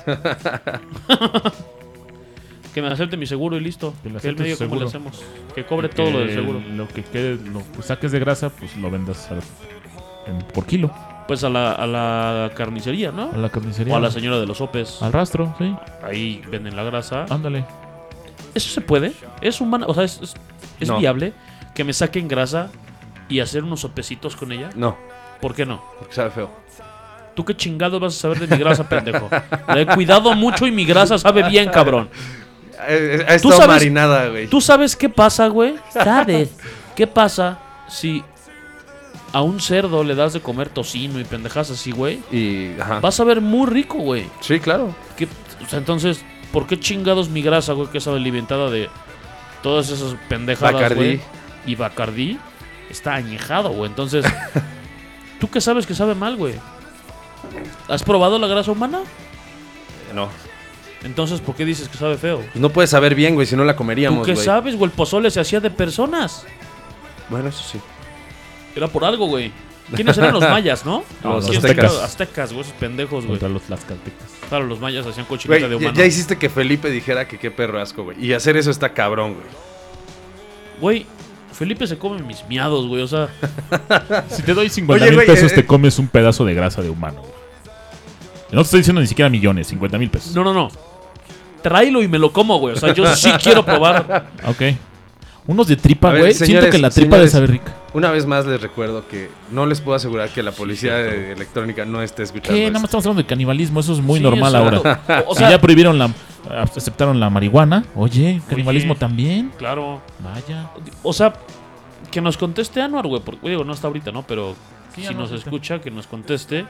Que me acepte mi seguro y listo. Que le Que él me diga acepte cómo su le seguro. hacemos. Que cobre Que todo lo del seguro. Lo que quede, lo que saques de grasa, pues lo vendas al- en- por kilo. Pues a la, a la carnicería, ¿no? A la carnicería. O a la señora de los sopes. Al rastro, sí. Ahí venden la grasa. Ándale. ¿Eso se puede? ¿Es humana? O sea, ¿es, es, es No. viable que me saquen grasa y hacer unos sopecitos con ella? No, ¿Por qué no? porque sabe feo. ¿Tú qué chingado vas a saber de mi grasa, pendejo? La he cuidado mucho y mi grasa sabe bien, cabrón. Eh, Ha ¿Tú estado sabes- marinada, güey. ¿Tú sabes qué pasa, güey? ¿Sabes? ¿Qué pasa si a un cerdo le das de comer tocino y pendejas así, güey? Y, ajá. Vas a ver muy rico, güey. Sí, claro. ¿Qué- O sea, entonces, ¿por qué chingados mi grasa, güey, que es alimentada de todas esas pendejadas, Bacardí. güey? Y Bacardí está añejado, güey. Entonces, ¿tú qué sabes que sabe mal, güey? ¿Has probado la grasa humana? No. Entonces, ¿por qué dices que sabe feo? Pues no puede saber bien, güey, si no la ¿Tú comeríamos, qué güey. sabes, güey? El pozole se hacía de personas. Bueno, eso sí. Era por algo, güey. ¿Quiénes eran los mayas, no? Los ¿Quiénes aztecas. eran? Aztecas, güey, esos pendejos, güey. Contra los tlaxcaltecas. Claro, los mayas hacían cochinita Güey, de ya, humano. ya hiciste que Felipe dijera que qué perro asco, güey. Y hacer eso está cabrón, güey. Güey, Felipe se come mis miados, güey. O sea, Si te doy cincuenta Oye, mil güey, pesos, eh, te comes un pedazo de grasa de humano, güey. No te estoy diciendo ni siquiera millones, cincuenta mil pesos. no, no, no. Tráelo y me lo como, güey. O sea, yo sí quiero probar. Ok. Unos de tripa, A ver, güey. Siento señores, que la tripa debe señores. saber rica. Una vez más les recuerdo que no les puedo asegurar que la policía de electrónica no esté escuchando ¿Qué? esto. Nada más estamos hablando de canibalismo. Eso es muy Sí, normal o sea, ahora. O Si sea, ya prohibieron la... Aceptaron la marihuana. Oye, canibalismo Oye. también. claro. Vaya. O sea, que nos conteste Anuar, güey. Porque, digo, no está ahorita, ¿no? Pero Sí, si Anuar nos ahorita. escucha, que nos conteste.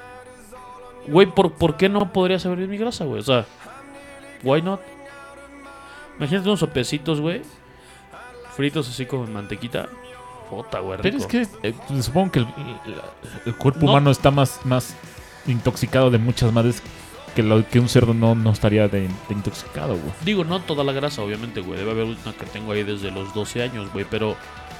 Güey, ¿por, ¿por qué no podría saber bien mi grasa, güey? O sea, why not? Imagínate unos sopecitos, güey. Fritos así como en mantequita. Jota, güey, Pero rico. es que eh, supongo que el, el cuerpo No. humano está más, más intoxicado de muchas madres que lo que un cerdo no, no estaría de, de intoxicado, güey. Digo, no toda la grasa, obviamente, güey. Debe haber una que tengo ahí desde los doce años, güey. Pero,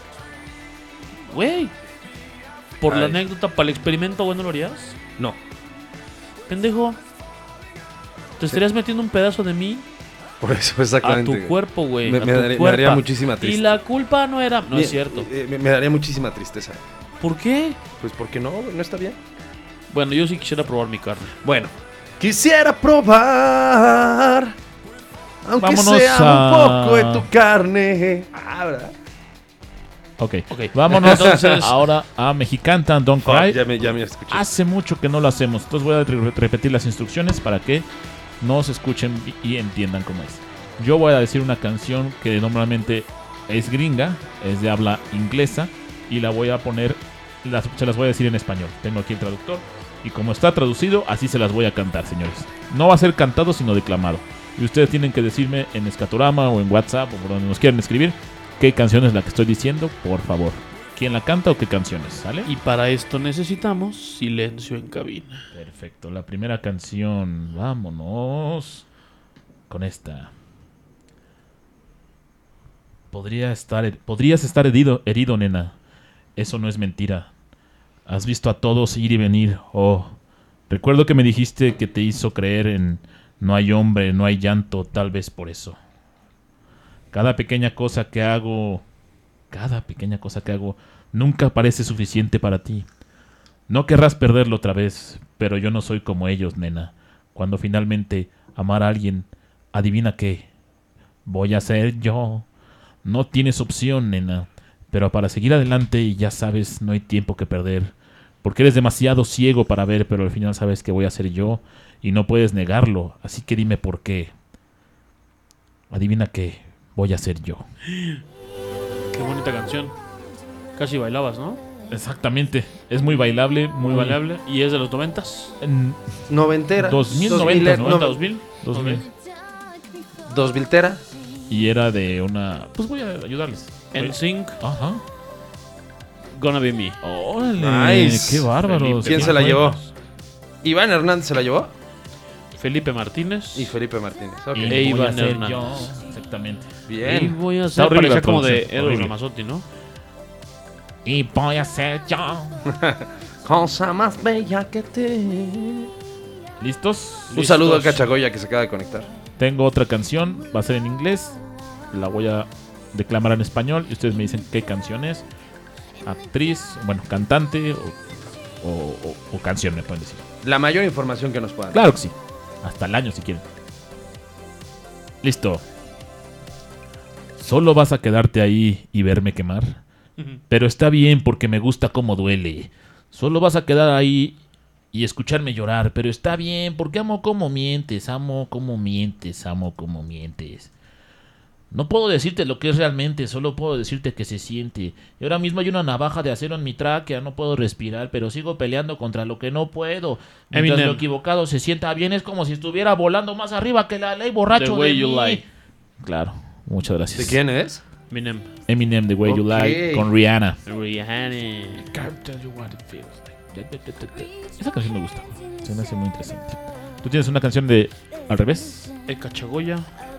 güey, por la Ay. anécdota, para el experimento, güey, ¿no lo harías? No. Pendejo. Te estarías metiendo un pedazo de mí Por eso, a exactamente. tu güey. cuerpo, güey. Me, a me tu daría, me cuerpa. daría muchísima Y tristeza. la culpa no era... No Mi- es cierto. eh, me, me daría muchísima tristeza. ¿Por qué? Pues porque no, güey, no está bien. Bueno, yo sí quisiera probar mi carne. Bueno, quisiera probar, aunque Vámonos sea a- un poco de tu carne. Ah, ¿verdad? Ok. Ok. Vámonos Entonces- ahora a Mexicantan Don't Fuck, Cry. ya me, ya me escuché. Hace mucho que no lo hacemos. Entonces voy a re- repetir las instrucciones para que nos escuchen y y entiendan cómo es. Yo voy a decir una canción que normalmente es gringa, es de habla inglesa, y la voy a poner, las- se las voy a decir en español. Tengo aquí el traductor, y como está traducido, así se las voy a cantar, señores. No va a ser cantado, sino declamado. Y ustedes tienen que decirme en Escatorama o en WhatsApp o por donde nos quieran escribir qué canción es la que estoy diciendo, por favor. ¿Quién la canta o qué canciones? ¿Sale? Y para esto necesitamos silencio en cabina. Perfecto, la primera canción, vámonos con esta. Podría estar, podrías estar herido, herido, nena. Eso no es mentira. Has visto a todos ir y venir. Oh, recuerdo que me dijiste que te hizo creer en no hay hombre, no hay llanto, tal vez por eso. Cada pequeña cosa que hago, cada pequeña cosa que hago, nunca parece suficiente para ti. No querrás perderlo otra vez, pero yo no soy como ellos, nena. Cuando finalmente amar a alguien, adivina qué. Voy a ser yo. No tienes opción, nena. Pero para seguir adelante, y ya sabes, no hay tiempo que perder. Porque eres demasiado ciego para ver, pero al final sabes que voy a ser yo. Y no puedes negarlo. Así que dime por qué. Adivina qué. Voy a ser yo. Qué bonita canción. Casi bailabas, ¿no? Exactamente. Es muy bailable, muy Muy bailable. bailable. ¿Y es de los noventas? En Noventera. dos mil, dos noventa, miler- noventa, no, ¿dos mil? dos mil. Ok. dos miltera. Y era de una... Pues voy a ayudarles. En Sync, Ajá. Gonna Be Me. ¡Órale! Nice. ¡Qué bárbaros! ¿Quién qué se la llevó? buenos. Iván Hernández se la llevó. Felipe Martínez. Y Felipe Martínez. Ok. Y E voy a Iván ser Hernández. yo. Exactamente. Y Bien. voy a Está hacer horrible parecía la como de traducción, Eros horrible. Ramazzotti, ¿no? Y voy a ser yo. Cosa más bella que te... ¿Listos? Un saludo a Cachagoya que se acaba de conectar. Tengo otra canción, va a ser en inglés. La voy a declamar en español y ustedes me dicen qué canción es. Actriz, bueno, cantante o, o, o, o canción, me pueden decir. La mayor información que nos puedan. Claro que sí. Hasta el año si quieren. Listo. Solo vas a quedarte ahí y verme quemar. Pero está bien porque me gusta cómo duele. Solo vas a quedar ahí y escucharme llorar. Pero está bien porque amo cómo mientes. Amo cómo mientes. Amo cómo mientes. No puedo decirte lo que es realmente, solo puedo decirte que se siente. Y ahora mismo hay una navaja de acero en mi tráquea, no puedo respirar, pero sigo peleando contra lo que no puedo. Mientras Eminem. lo equivocado se sienta bien, es como si estuviera volando más arriba que la ley, borracho The Way de You mí. Lie. Claro, muchas gracias. ¿De quién es? Eminem. Eminem, The Way You Ok. Lie, con Rihanna. Rihanna. Esa canción me gusta, se me hace muy interesante. ¿Tú tienes una canción de al revés? El Cachagoya.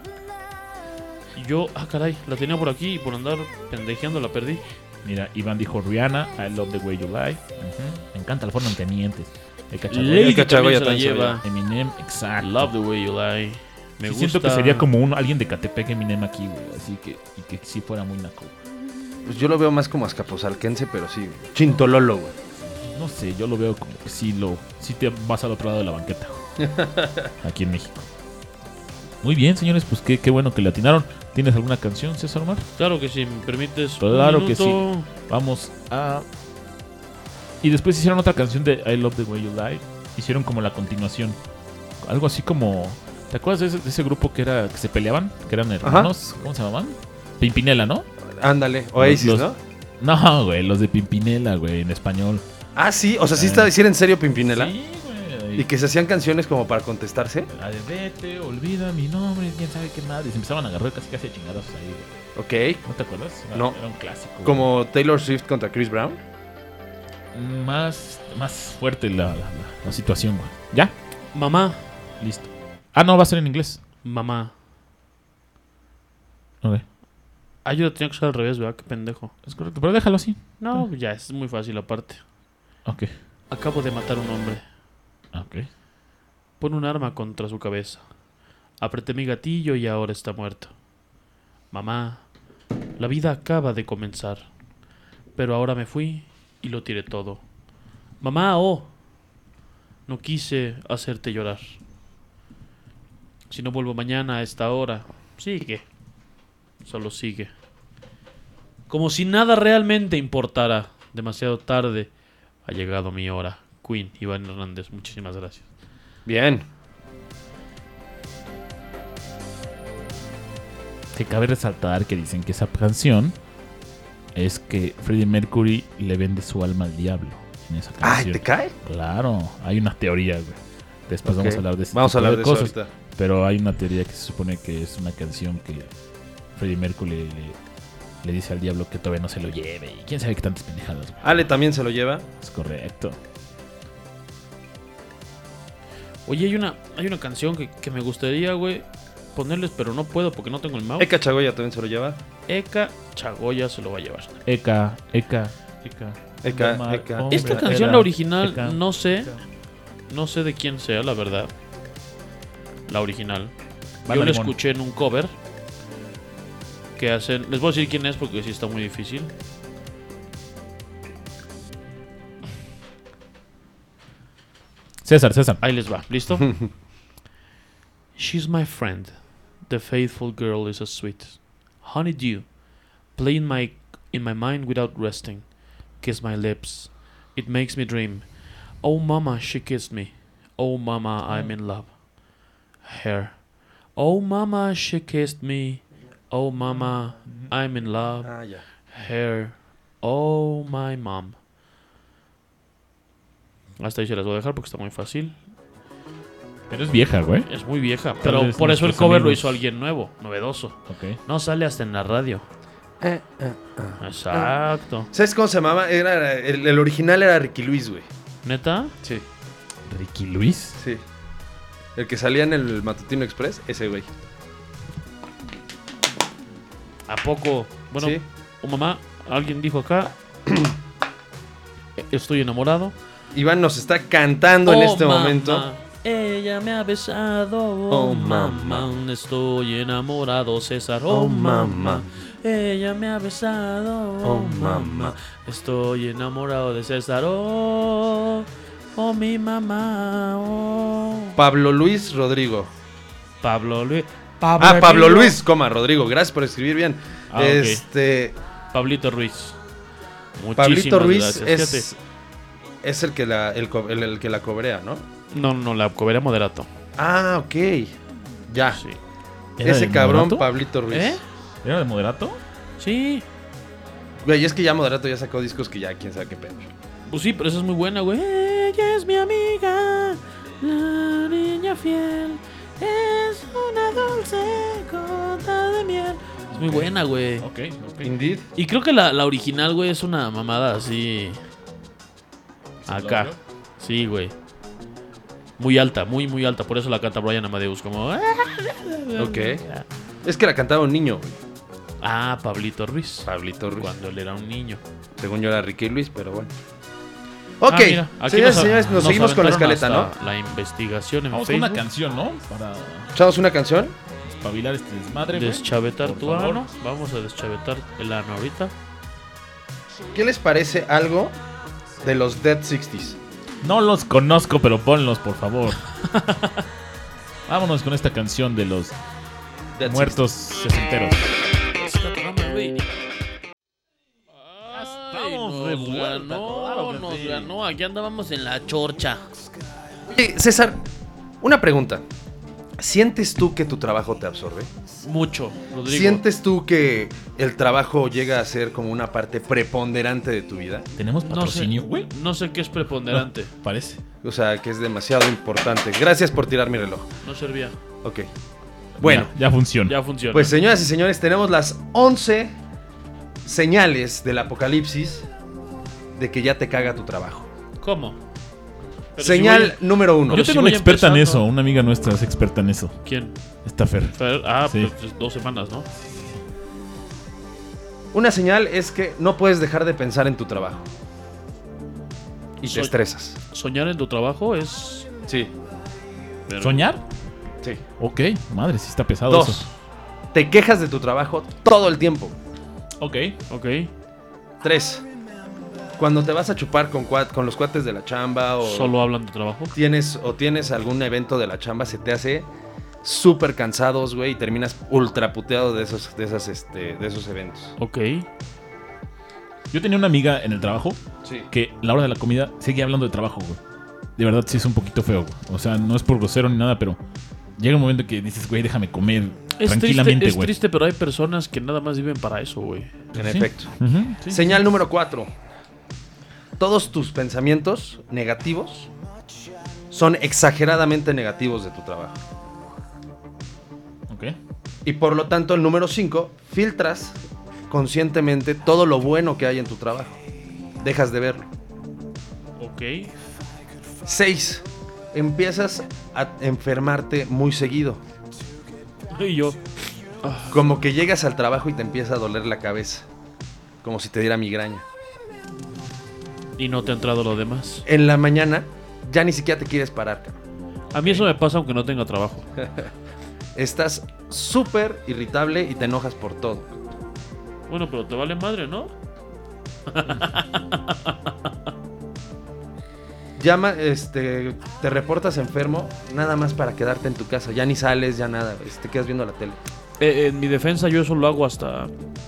Y yo, ah, caray, la tenía por aquí y por andar pendejeando la perdí. Mira, Iván dijo Rihanna, I love the way you lie. Ujú. Me encanta la forma en que mientes. El Cachagoya, Lady Cachagoya también se la también lleva. Eminem, exacto. Love the way you lie. Me Sí, gusta. siento que sería como un, alguien de Catepec Eminem aquí, güey. Así que, y que sí fuera muy naco. Pues yo lo veo más como azcapotzalquense, pero sí. Chintololo, güey. No sé, yo lo veo como que sí, lo, sí te vas al otro lado de la banqueta. Aquí en México. Muy bien, señores, pues qué, qué bueno que le atinaron. ¿Tienes alguna canción, César Omar? Claro que sí, me permites. Claro un que minuto. Vamos a... Y después hicieron otra canción de I Love the Way You Lie. Hicieron como la continuación. Algo así como... ¿Te acuerdas de ese, de ese grupo que era que se peleaban? Que eran hermanos. ¿Cómo se llamaban? Pimpinela, ¿no? Ándale, Oasis, Los- ¿no? No, güey, los de Pimpinela, güey, en español. Ah, sí, o sea, sí Eh. está decir en serio Pimpinela. Sí, güey. Y que se hacían canciones como para contestarse. La de vete, olvida mi nombre, quién sabe qué más. Y se empezaban a agarrar casi casi a chingados ahí, güey. Ok. ¿No te acuerdas? Era, No. Era un clásico. güey. Como Taylor Swift contra Chris Brown. Más, más fuerte la, la, la- la situación, güey. ¿Ya? Mamá, Listo. Ah, no, va a ser en inglés. mamá. Ok. Ah, yo lo tenía que usar al revés, ¿verdad? Qué pendejo. Es correcto, pero déjalo así. No, ya, es muy fácil aparte. Ok. Acabo de matar a un hombre. Ok. Pon un arma contra su cabeza. Apreté mi gatillo y ahora está muerto. Mamá, la vida acaba de comenzar. Pero ahora me fui y lo tiré todo. Mamá, oh, no quise hacerte llorar. Si no vuelvo mañana a esta hora, sigue. Solo sigue. Como si nada realmente importara. Demasiado tarde ha llegado mi hora. Queen, Iván Hernández, muchísimas gracias. Bien. Que cabe resaltar que dicen que esa canción es que Freddie Mercury le vende su alma al diablo en esa Ay, canción. ¿te cae? Claro, hay una teoría, güey. Después Ok. vamos a hablar de ese Vamos a tipo hablar de, cosas. eso ahorita. Pero hay una teoría que se supone que es una canción que Freddie Mercury le, le dice al diablo que todavía no se lo lleve. Y quién sabe qué tantas pendejadas, güey. Ale también se lo lleva. Es correcto. Oye, hay una, hay una canción que, que me gustaría, güey, ponerles, pero no puedo porque no tengo el mouse. Eka Chagoya también se lo lleva. Eka Chagoya se lo va a llevar. Eka, Eka, Eka. Eka, Llama- Eka. hombre, Esta era- canción, la original, Eka, no sé, Eka. no sé de quién sea, la verdad. La original. Banda Yo la Limón. escuché en un cover que hacen. Les voy a decir quién es porque sí está muy difícil. César, César. Ahí les va, ¿listo? She's my friend. The faithful girl is a sweet honeydew. Play in my in my mind without resting. Kiss my lips. It makes me dream. Oh mama, she kissed me. Oh mama, I'm in love. Hair. Oh mama, she kissed me. Oh mama, I'm in love. Ah, ya. Hair. Oh my mom. Hasta ahí se las voy a dejar porque está muy fácil. Pero es vieja, güey. Es muy vieja, pero vez por eso el nuestros cover lo amigos- hizo alguien nuevo, novedoso. Ok. No sale hasta en la radio. Eh, eh, eh. Exacto. ¿Sabes cómo se llamaba? Era, el, el original era Ricky Luis, güey. ¿Neta? Sí, Ricky Luis. sí. El que salía en el Matutino Express, ese güey. ¿A poco? Bueno, Sí. oh, mamá, alguien dijo acá. Estoy enamorado. Iván nos está cantando en Oh, este mamá, momento. ella me ha besado. Oh, Oh, mamá. mamá. Estoy enamorado, César. Oh, Oh, mamá. mamá. Ella me ha besado. Oh, Oh, mamá. mamá. Estoy enamorado de César. Oh, oh, mi mamá. Oh. Pablo Luis Rodrigo. Pablo Luis. Ah, Pablo Luis, coma, Rodrigo. Gracias por escribir bien. Ah, ok. este. Pablito Ruiz. Pablito Muchísimas Ruiz gracias. es, Fíjate. es el que la, el, co- el- el que la cobrea, ¿no? No, no, la cobera moderato. Ah, ok. Ya. Sí. ¿Era Ese de cabrón, Moderato? Pablito Ruiz. ¿Eh? ¿Era de moderato? Sí. Güey, es que ya Moderato ya sacó discos que ya quién sabe qué pedo. Pues sí, pero esa es muy buena, güey. Ella es mi amiga, la niña fiel. Es una dulce gota de miel. Es muy buena, güey. Ok, ok. Indeed. Y creo que la, la original, güey, es una mamada así. Acá. Sí, güey. Muy alta, muy, muy alta. Por eso la canta Brian Amadeus. Como. Ok. Es que la cantaba un niño, güey. Ah, Pablito Ruiz. Pablito Ruiz. Cuando él era un niño. Según yo era Ricky Luis, pero bueno. Ok, Ah, mira, aquí señores y nos- señores, nos nos seguimos con la aventaron escaleta, ¿no? hasta La investigación en Vamos con Facebook. una canción, ¿no? Para ¿Echamos una canción? espabilar este desmadre, güey. Deschavetar Por tu favor. ano. Vamos a deschavetar el ano ahorita. ¿Qué les parece algo de los Dead sesenta? No los conozco, pero ponlos, por favor. Vámonos con esta canción de los Dead muertos sesenteros. Ay, Estamos de nos vuelta, ganó, claro que nos sí. ganó. Aquí andábamos en la chorcha. Oye, César, una pregunta. ¿Sientes tú que tu trabajo te absorbe? Mucho, Rodrigo. ¿Sientes tú que el trabajo llega a ser como una parte preponderante de tu vida? ¿Tenemos No sé, patrocinio, güey? no sé qué es preponderante. Parece. O sea, que es demasiado importante. Gracias por tirar mi reloj. No servía. Ok. Bueno, Ya, ya funciona. Ya funciona. pues señoras y señores, tenemos las once señales del apocalipsis de que ya te caga tu trabajo. ¿Cómo? Pero Señal si número uno. Yo si tengo voy una experta en empezando- eso. Una amiga nuestra es experta en eso. voy- ¿Quién? Esta Fer. Fer- Ah, Sí. pues dos semanas, ¿no? Una señal es que no puedes dejar de pensar en tu trabajo. Y te Soy- estresas. Soñar en tu trabajo es... Sí. pero- ¿Soñar? Sí. Ok. Madre, sí está pesado Dos. eso. Te quejas de tu trabajo todo el tiempo. Ok. Ok. Tres. Cuando te vas a chupar con, cuat- con los cuates de la chamba o Solo hablan de trabajo. tienes o tienes algún evento de la chamba, se te hace súper cansados, güey, y terminas ultra puteado de esos, de esas, este, de esos eventos. Ok. Yo tenía una amiga en el trabajo Sí. que a la hora de la comida seguía hablando de trabajo, güey. De verdad sí es un poquito feo, güey. O sea, no es por grosero ni nada, pero llega un momento que dices, güey, déjame comer Es tranquilamente, triste, es güey. triste, pero hay personas que nada más viven para eso, güey. En Sí. efecto. Ujú, sí. Señal número cuatro. Todos tus pensamientos negativos son exageradamente negativos de tu trabajo. Ok. Y por lo tanto, el número cinco, filtras conscientemente todo lo bueno que hay en tu trabajo. Dejas de verlo. Ok. seis. Empiezas a enfermarte muy seguido. Y yo. Como que llegas al trabajo y te empieza a doler la cabeza. Como si te diera migraña. Y no te ha entrado lo demás. En la mañana ya ni siquiera te quieres parar, cabrón. A mí eso me pasa aunque no tenga trabajo. Estás súper irritable y te enojas por todo. Bueno, pero te vale madre, ¿no? Llama, este, te reportas enfermo nada más para quedarte en tu casa. Ya ni sales, ya nada. este, Te quedas viendo la tele. Eh, en mi defensa yo eso lo hago hasta...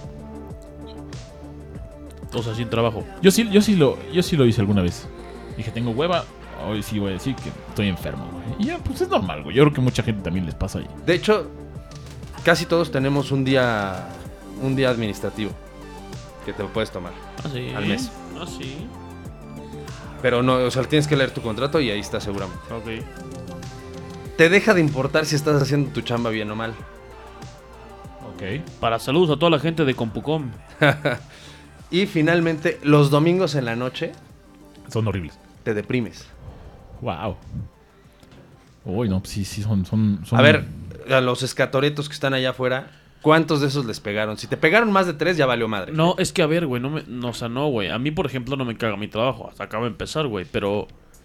O sea, sin trabajo. Yo sí, yo sí lo, yo sí lo hice alguna vez. Dije, tengo hueva, hoy sí voy a decir que estoy enfermo, güey. Y ya, pues es normal, güey. Yo creo que mucha gente también les pasa ahí. De hecho, casi todos tenemos un día, un día administrativo que te lo puedes tomar. Ah, sí. Al mes. Ah, sí. Pero no, o sea, tienes que leer tu contrato y ahí está seguramente. Ok. Te deja de importar si estás haciendo tu chamba bien o mal. Ok. Para saludos a toda la gente de Compucom. Y finalmente, los domingos en la noche Son horribles. te deprimes. Wow. Uy, no, pues sí, sí, son, son, son... A ver, a los escatoretos que están allá afuera, ¿Cuántos de esos les pegaron? Si te pegaron más de tres, ya valió madre. No, es que a ver, güey, no me, no, o sea, no, güey. A mí, por ejemplo, no me caga mi trabajo. Hasta acaba de empezar, güey, pero...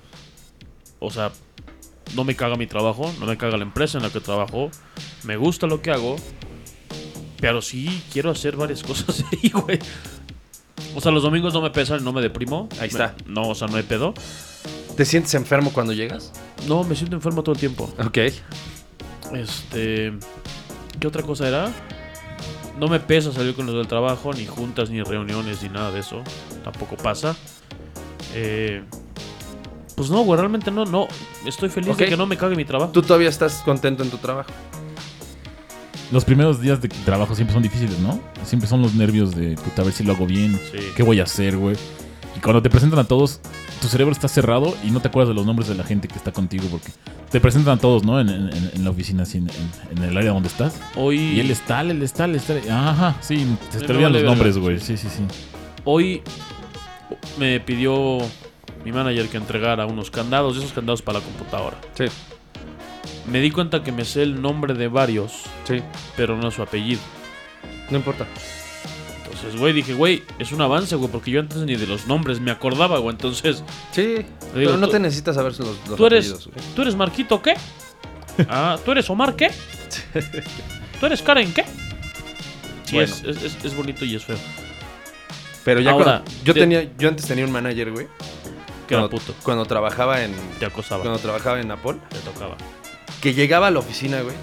O sea, no me caga mi trabajo, no me caga la empresa en la que trabajo. Me gusta lo que hago, pero sí quiero hacer varias cosas ahí, güey. O sea, los domingos no me pesan, no me deprimo. Ahí está. Me, no, o sea, no hay pedo. ¿Te sientes enfermo cuando llegas? No, me siento enfermo todo el tiempo. Ok. Este... ¿Qué otra cosa era? No me pesa salir con los del trabajo, ni juntas, ni reuniones, ni nada de eso. Tampoco pasa. Eh... Pues no, güey, realmente no, no. Estoy feliz Ok. de que no me cague mi trabajo. ¿Tú todavía estás contento en tu trabajo? Los primeros días de trabajo siempre son difíciles, ¿no? Siempre son los nervios de, puta, a ver si lo hago bien. Sí. ¿Qué voy a hacer, güey? Y cuando te presentan a todos, tu cerebro está cerrado y no te acuerdas de los nombres de la gente que está contigo porque te presentan a todos, ¿no? En, en, en la oficina, así, en, en, en el área donde estás. Hoy... Y él está, él está, él está. Ajá, sí, te, te Me olvidan vale los nombres, verga, güey. sí. Sí, sí, sí. Hoy me pidió mi manager que entregara unos candados, esos candados para la computadora. Sí. Me di cuenta que me sé el nombre de varios, Sí. pero no su apellido. No importa. Entonces, güey, dije, güey, es un avance, güey, porque yo antes ni de los nombres me acordaba, güey. Entonces, Sí. digo, Pero no tú- te necesitas saber los, los ¿tú eres, apellidos, güey. ¿tú eres Marquito qué? Ah, ¿tú eres Omar qué? ¿Tú eres Karen qué? Sí, Bueno. es, es, es- es bonito y es feo. Pero ya Ahora, cuando, yo te- tenía, yo antes tenía un manager, güey. Que era Cuando, puto. cuando trabajaba en, Te acosaba, cuando trabajaba en Apple, te tocaba. que llegaba a la oficina, güey.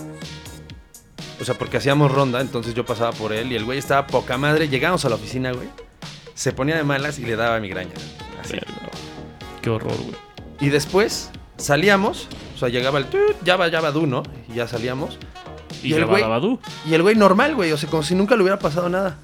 O sea, porque hacíamos ronda, entonces yo pasaba por él y el güey estaba poca madre. Llegamos a la oficina, güey. Se ponía de malas y le daba migraña. Así. Verga. Qué horror, güey. Y después salíamos, o sea, llegaba el tut, ya va, ya va du, ¿no? Y ya salíamos. Y, Y el el güey- Badabadú. Y el güey normal, güey, o sea, como si nunca le hubiera pasado nada.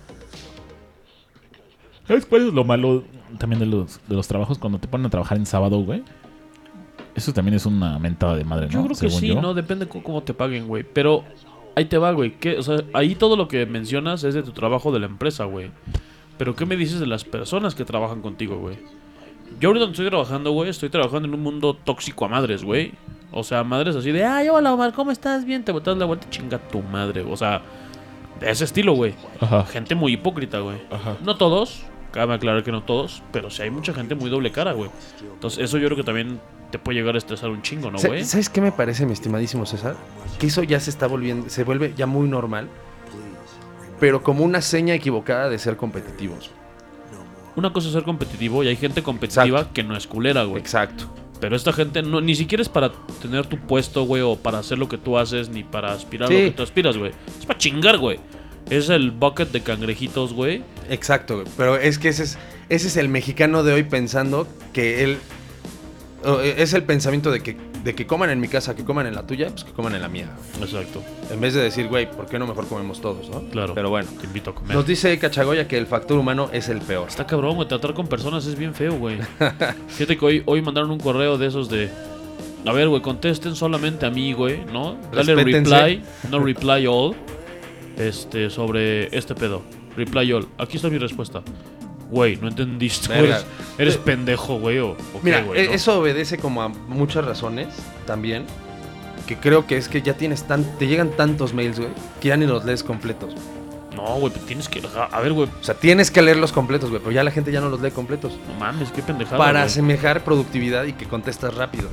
¿Sabes cuál es lo malo también de los, de los trabajos? Cuando te ponen a trabajar en sábado, güey. Eso también es una mentada de madre, ¿no? Yo creo que Según sí, yo. ¿no? Depende c- cómo te paguen, güey. Pero ahí te va, güey. ¿Qué? O sea, ahí todo lo que mencionas es de tu trabajo de la empresa, güey. Pero ¿qué me dices de las personas que trabajan contigo, güey? Yo ahorita donde estoy trabajando, güey, estoy trabajando en un mundo tóxico a madres, güey. O sea, madres así de, ay, hola, Omar, ¿cómo estás? Bien, te botas la vuelta, chinga tu madre. O sea, de ese estilo, güey. Ajá. Gente muy hipócrita, güey. Ajá. No todos, cabe aclarar que no todos, pero sí hay mucha gente muy doble cara, güey. Entonces, eso yo creo que también te puede llegar a estresar un chingo, ¿no, Sa- güey? ¿Sabes qué me parece, mi estimadísimo César? Que eso ya se está volviendo, se vuelve ya muy normal, pero como una seña equivocada de ser competitivos. Una cosa es ser competitivo y hay gente competitiva Exacto. que no es culera, güey. Exacto. Pero esta gente no, ni siquiera es para tener tu puesto, güey, o para hacer lo que tú haces, ni para aspirar Sí. a lo que tú aspiras, güey. Es para chingar, güey. Es el bucket de cangrejitos, güey. Exacto, güey. Pero es que ese es, ese es el mexicano de hoy pensando que él... o, eh, Es el pensamiento de que, de que coman en mi casa, que coman en la tuya, pues que coman en la mía. Exacto, En vez de decir, güey, ¿por qué no mejor comemos todos, no? claro. Pero bueno. Te invito a comer. Nos dice Cachagoya que el factor humano es el peor. Está cabrón, güey. Tratar con personas es bien feo, güey. Fíjate que hoy, hoy mandaron un correo de esos de... A ver, güey, contesten solamente a mí, güey, ¿no? Dale Respétense. reply, no reply all. Este, sobre este pedo. Reply all. Aquí está mi respuesta. Güey, no entendiste, güey. Verga. Eres, eres Eh, pendejo, güey, o, o qué, Mira, güey, e- ¿no? eso obedece como a muchas razones también. Que creo que es que ya tienes tan... Te llegan tantos mails, güey, que ya ni los lees completos. No, güey, pues tienes que... A ver, güey, O sea, tienes que leerlos completos, güey, pero ya la gente ya no los lee completos. no mames, qué pendejada, Para güey. asemejar productividad y que contestas rápido.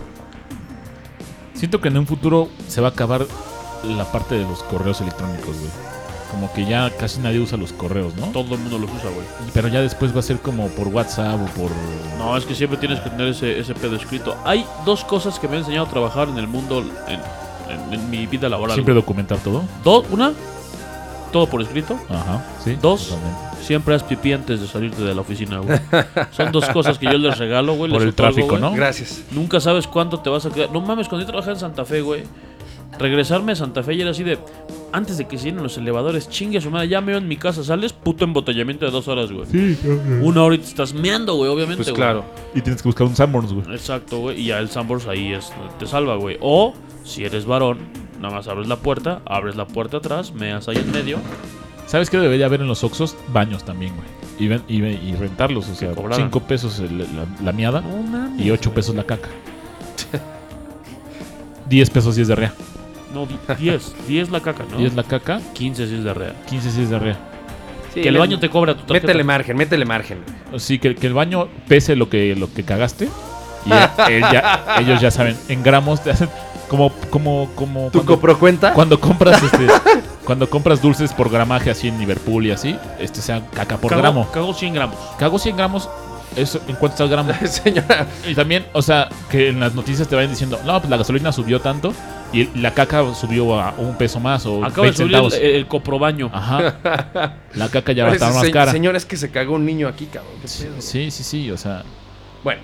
Siento que en un futuro se va a acabar la parte de los correos electrónicos, güey. Como que ya casi nadie usa los correos, ¿no? Todo el mundo los usa, güey. Pero ya después va a ser como por WhatsApp o por... No, es que siempre tienes que tener ese, ese pedo escrito. Hay dos cosas que me han enseñado a trabajar en el mundo, en, en- en mi vida laboral. Siempre documentar todo. Dos, una, todo por escrito. Ajá, sí. Dos. Totalmente. Siempre haz pipí antes de salirte de la oficina, güey. Son dos cosas que yo les regalo, güey. Por les el otorgo, tráfico, güey. ¿no? Gracias. Nunca sabes cuánto te vas a quedar. No mames, cuando yo trabajaba en Santa Fe, güey. Regresarme a Santa Fe y era así de... Antes de que se llenen los elevadores, chingue a su madre, ya me veo en mi casa, sales, puto embotellamiento de dos horas, güey. Sí, claro. Una hora y te estás meando, güey, obviamente, Pues güey. claro. Y tienes que buscar un Sanborns, güey. Exacto, güey. Y ya el Sanborns ahí es, te salva, güey. O, si eres varón, nada más abres la puerta, abres la puerta atrás, meas ahí en medio. ¿Sabes qué debería haber en los Oxxos? Baños también, güey. Y, ven- y, ven- y rentarlos, o sea, cobraran. cinco pesos el- la, la miada No mames. y ocho pesos la caca. Diez pesos si es diarrea. No, diez. diez la caca, ¿no? diez la caca, quince si es diarrea. quince si es diarrea. Sí, Que el le- baño te cobra tu tarjeta. Métele margen, métele margen. Sí, que, que el baño pese lo que, lo que cagaste. Y ya- él ya- ellos ya saben, en gramos te hacen como, como, como ¿Tu cuando, copro cuenta? cuando compras este, cuando compras dulces por gramaje así en Liverpool y así, este sea caca por Cago- gramo. Cago cien gramos. Cago cien gramos, eso en cuánto está el gramo. Señora, Y también, o sea, que en las noticias te vayan diciendo, no, pues la gasolina subió tanto y la caca subió a un peso más o Acabo de veinte subir el, centavos. el coprobaño. Ajá. La caca ya va a estar más Se- cara. Señor, es que se cagó un niño aquí, cabrón. ¿Qué Sí, pedo? sí, sí, sí, o sea, Bueno,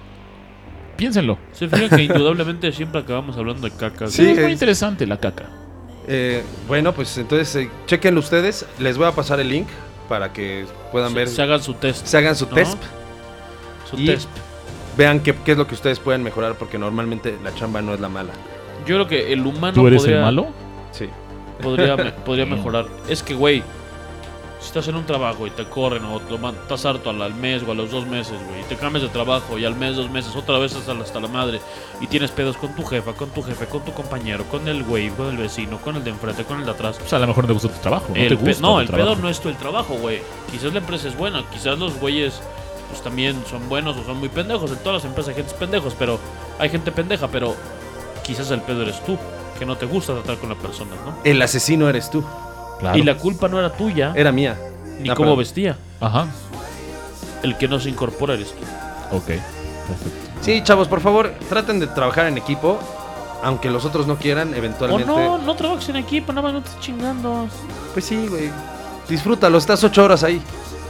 piénsenlo. Se fijan que indudablemente siempre acabamos hablando de caca. Sí, Sí, es muy es- interesante la caca. eh, bueno, pues entonces eh, chequenlo ustedes. Les voy a pasar el link para que puedan Se, ver, se hagan su test. se hagan su ¿no? test, Su y- test. vean qué, qué es lo que ustedes pueden mejorar, porque normalmente la chamba no es la mala. Yo creo que el humano ¿Tú eres podría, el malo? Sí. podría, me- podría mejorar. Es que, güey, si estás en un trabajo y te corren o te man- estás harto al, al mes o a los dos meses, güey, y te cambias de trabajo y al mes, dos meses, otra vez estás hasta la madre y tienes pedos con tu jefa, con tu jefe, con tu compañero, con el güey, con el vecino, con el de enfrente, con el de atrás. Pues a lo mejor no te gusta tu trabajo. No, El te pe- gusta no, tu el trabajo. pedo no es tu el trabajo, güey. Quizás la empresa es buena, quizás los güeyes pues también son buenos o son muy pendejos. En todas las empresas hay gente pendejos, pero hay gente pendeja, pero quizás el pedo eres tú, que no te gusta tratar con las personas, ¿no? El asesino eres tú. Claro. Y la culpa no era tuya, Era mía. ni Ah, cómo perdón. vestía. Ajá. El que no se incorpora eres tú. Ok. Perfecto. Sí, chavos, por favor, traten de trabajar en equipo. Aunque los otros no quieran, O eventualmente. no, no trabajes en equipo, nada más no estés chingando. Pues sí, güey. Disfrútalo, estás ocho horas ahí.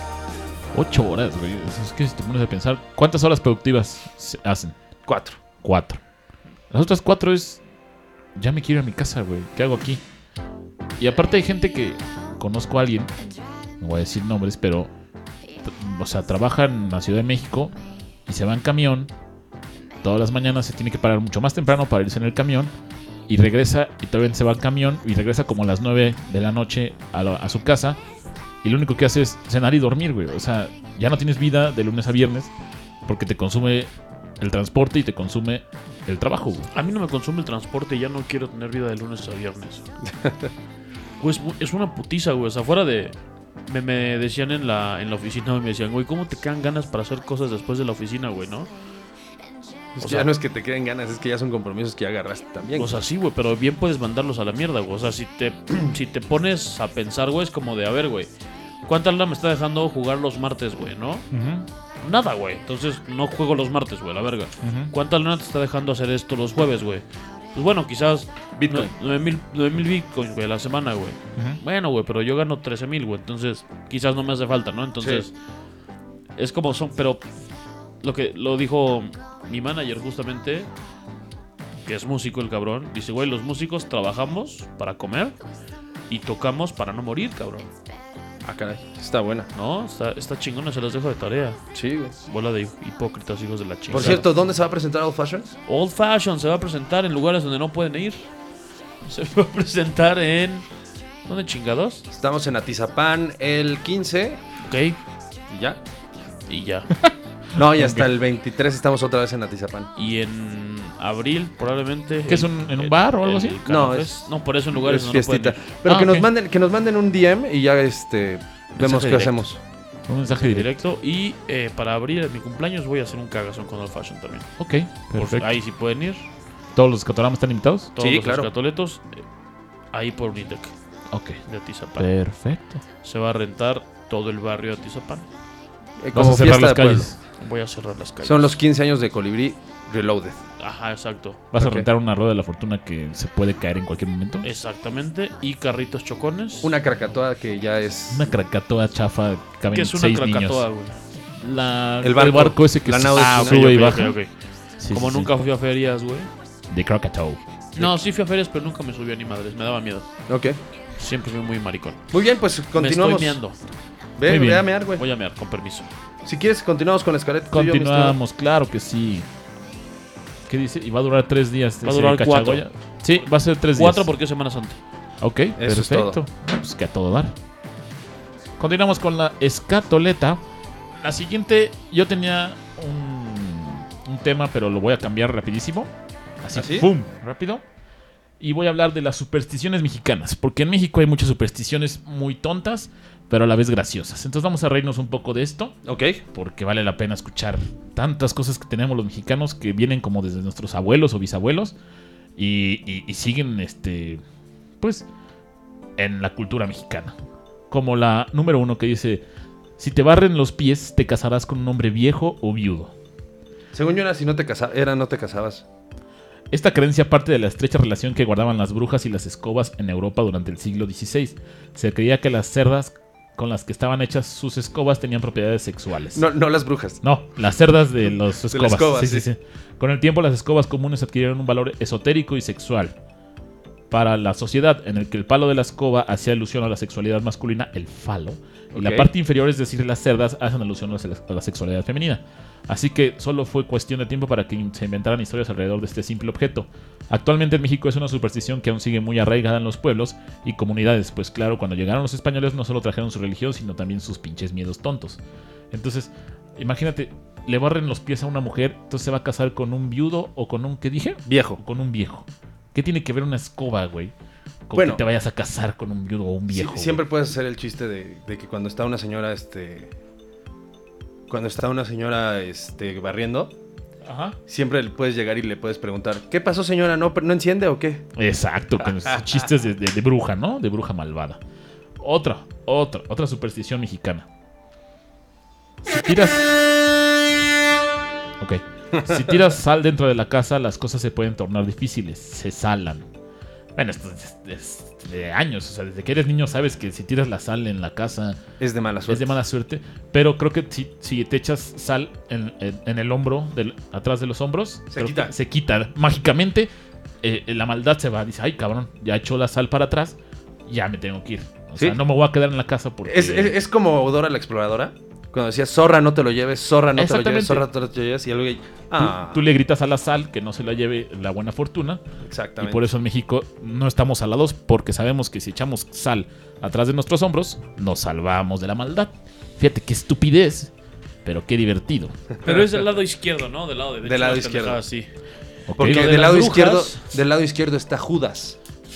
Ocho horas, güey. Es que si te pones a pensar, ¿cuántas horas productivas se hacen? Cuatro. Cuatro. Las otras cuatro es. Ya me quiero ir a mi casa, güey. ¿Qué hago aquí? Y aparte hay gente que. Conozco a alguien. No voy a decir nombres, pero. O sea, trabaja en la Ciudad de México. Y se va en camión. Todas las mañanas se tiene que parar mucho más temprano para irse en el camión. Y regresa. Y todavía se va en camión. Y regresa como a las nueve de la noche a, la- a su casa. Y lo único que hace es cenar y dormir, güey. O sea, ya no tienes vida de lunes a viernes. Porque te consume el transporte y te consume el trabajo, güey. A mí no me consume el transporte y ya no quiero tener vida de lunes a viernes. Güey, es, mu- es una putiza, güey. O sea, fuera de... Me, me decían en la, en la oficina, me decían, güey, ¿cómo te quedan ganas para hacer cosas después de la oficina, güey, no? Es O que sea- ya no es que te queden ganas, es que ya son compromisos que ya agarraste también. O sea, sí, güey, pero bien puedes mandarlos a la mierda, güey. O sea, si te, si te pones a pensar, güey, es como de, a ver, güey, ¿cuánta lana me está dejando jugar los martes, güey, no? Nada, güey. Entonces no juego los martes, güey, la verga. ¿Cuánta lana te está dejando hacer esto los jueves, güey? Pues bueno, quizás Bitcoin. nueve mil bitcoins, güey, a la semana, güey. Bueno, güey, pero yo gano trece mil, güey. Entonces, quizás no me hace falta, ¿no? Entonces, es como son, pero lo que lo dijo mi manager justamente, que es músico el cabrón, dice, güey, los músicos trabajamos para comer y tocamos para no morir, cabrón. Ah, caray, está buena. No, está, está chingona, se las dejo de tarea. Sí, güey. Bola de hipócritas, hijos de la chingada. Por cierto, ¿dónde se va a presentar Old Fashion? Old Fashion se va a presentar en lugares donde no pueden ir. Se va a presentar en... ¿Dónde chingados? Estamos en Atizapán el quince. Ok, ¿Y ya? y ya. No, y hasta el veintitrés estamos otra vez en Atizapán. Y en abril probablemente... ¿Qué es un- en un bar o algo así? No, No, es- no, por eso en lugares Es donde no fiestita. pueden ir. Pero Ah, que, ok. nos manden, que nos manden un D M y ya este vemos qué directo. hacemos. Un mensaje directo. Directo. Y eh, para abril, en mi cumpleaños, voy a hacer un cagazón con Old Fashion también. Ok, Por- perfecto. ahí sí pueden ir. ¿Todos los escatoramas están invitados? Todos Sí, los claro. escatoletos. eh, ahí por Unitec, Ok, de Atizapán. perfecto. Se va a rentar todo el barrio de Atizapán. Eh, Vas a cerrar fiesta las de pueblo. calles. Voy a cerrar las calles. Son los quince años de Colibrí Reloaded. Ajá, exacto. Vas Ok. a rentar una rueda de la fortuna que se puede caer en cualquier momento. Exactamente. Y carritos chocones. Una Krakatoa que ya es Una Krakatoa chafa que caben que es una seis Krakatoa, niños. güey. La, El barco. ese que La se- nao de ah, tsunami. sube y ok, baja. ok, ok. Sí, Como sí, nunca sí. fui a ferias, güey. De Krakatoa. No, sí fui a ferias, pero nunca me subí a ni madres. Me daba miedo. Ok. Siempre fui muy maricón. Muy bien, pues continuamos. Me estoy meando. Ve, Muy bien. ve a mear, güey. Voy a mear, con permiso. Si quieres, continuamos con la escaleta. tú y yo, mi estimado. Continuamos, claro que sí. ¿Qué dice? Y va a durar tres días. Va a ese durar Cachagoya. cuatro. Sí, va a ser tres días. Cuatro porque es Semana Santa. Ok, Eso es perfecto. Pues que a todo dar. Continuamos con la escatoleta. La siguiente, yo tenía un, un tema, pero lo voy a cambiar rapidísimo. Así, ¿Ah, sí? ¡pum! Rápido. Y voy a hablar de las supersticiones mexicanas, porque en México hay muchas supersticiones muy tontas, pero a la vez graciosas. Entonces vamos a reírnos un poco de esto. Ok. Porque vale la pena escuchar tantas cosas que tenemos los mexicanos que vienen como desde nuestros abuelos o bisabuelos y, y, y siguen, este, pues, en la cultura mexicana. Como la número uno que dice, si te barren los pies, te casarás con un hombre viejo o viudo. Según yo era si no te casabas, era no te casabas. Esta creencia parte de la estrecha relación que guardaban las brujas y las escobas en Europa durante el siglo dieciséis. Se creía que las cerdas con las que estaban hechas sus escobas tenían propiedades sexuales. No, no las brujas. No, las cerdas de las escobas. De las escobas, sí, sí, sí. sí. Con el tiempo las escobas comunes adquirieron un valor esotérico y sexual. Para la sociedad, en el que el palo de la escoba hacía alusión a la sexualidad masculina, el falo, y Ok. la parte inferior, es decir, las cerdas, hacen alusión a la a la sexualidad femenina. Así que solo fue cuestión de tiempo para que se inventaran historias alrededor de este simple objeto. Actualmente en México es una superstición que aún sigue muy arraigada en los pueblos y comunidades, pues claro, cuando llegaron los españoles no solo trajeron su religión, sino también sus pinches miedos tontos. Entonces, imagínate, le barren los pies a una mujer, entonces se va a casar con un viudo o con un, ¿qué dije? Viejo. O con un viejo. ¿Qué tiene que ver una escoba, güey? Con Bueno. que te vayas a casar con un viudo o un viejo. Sí, siempre puedes hacer el chiste de, de que cuando está una señora, este... Cuando está una señora, este, barriendo, güey. Ajá. siempre le puedes llegar y le puedes preguntar, ¿qué pasó, señora? ¿No, no enciende o qué? Exacto, con esos chistes de, de- de bruja, ¿no? De bruja malvada. Otra, otra, otra superstición mexicana. Si tiras... Ok. Si tiras sal dentro de la casa, las cosas se pueden tornar difíciles. Se salan. Bueno, esto es de, es de años. O sea, desde que eres niño sabes que si tiras la sal en la casa Es de mala suerte. es de mala suerte. Pero creo que si, si te echas sal en, en- en el hombro, del, atrás de los hombros, Se creo quita. que se quita. Mágicamente, eh, la maldad se va. Dice, ay, cabrón, ya echó la sal para atrás, ya me tengo que ir. O Sí. sea, no me voy a quedar en la casa porque... Es, es, es como Dora la exploradora. Cuando decía, zorra, no te lo lleves, zorra, no te lo lleves, Exactamente. zorra, no te lo lleves. Y luego, Tú, ah, tú le gritas a la sal que no se la lleve la buena fortuna. Y exactamente. por eso en México no estamos salados, porque sabemos que si echamos sal atrás de nuestros hombros, nos salvamos de la maldad. Fíjate qué estupidez, pero qué divertido. Pero es del lado izquierdo, ¿no? Del lado derecho. Del lado las izquierdo. pendejadas, sí. ¿Ok? Porque Lo de del las lado, brujas- izquierdo, del lado izquierdo está Judas.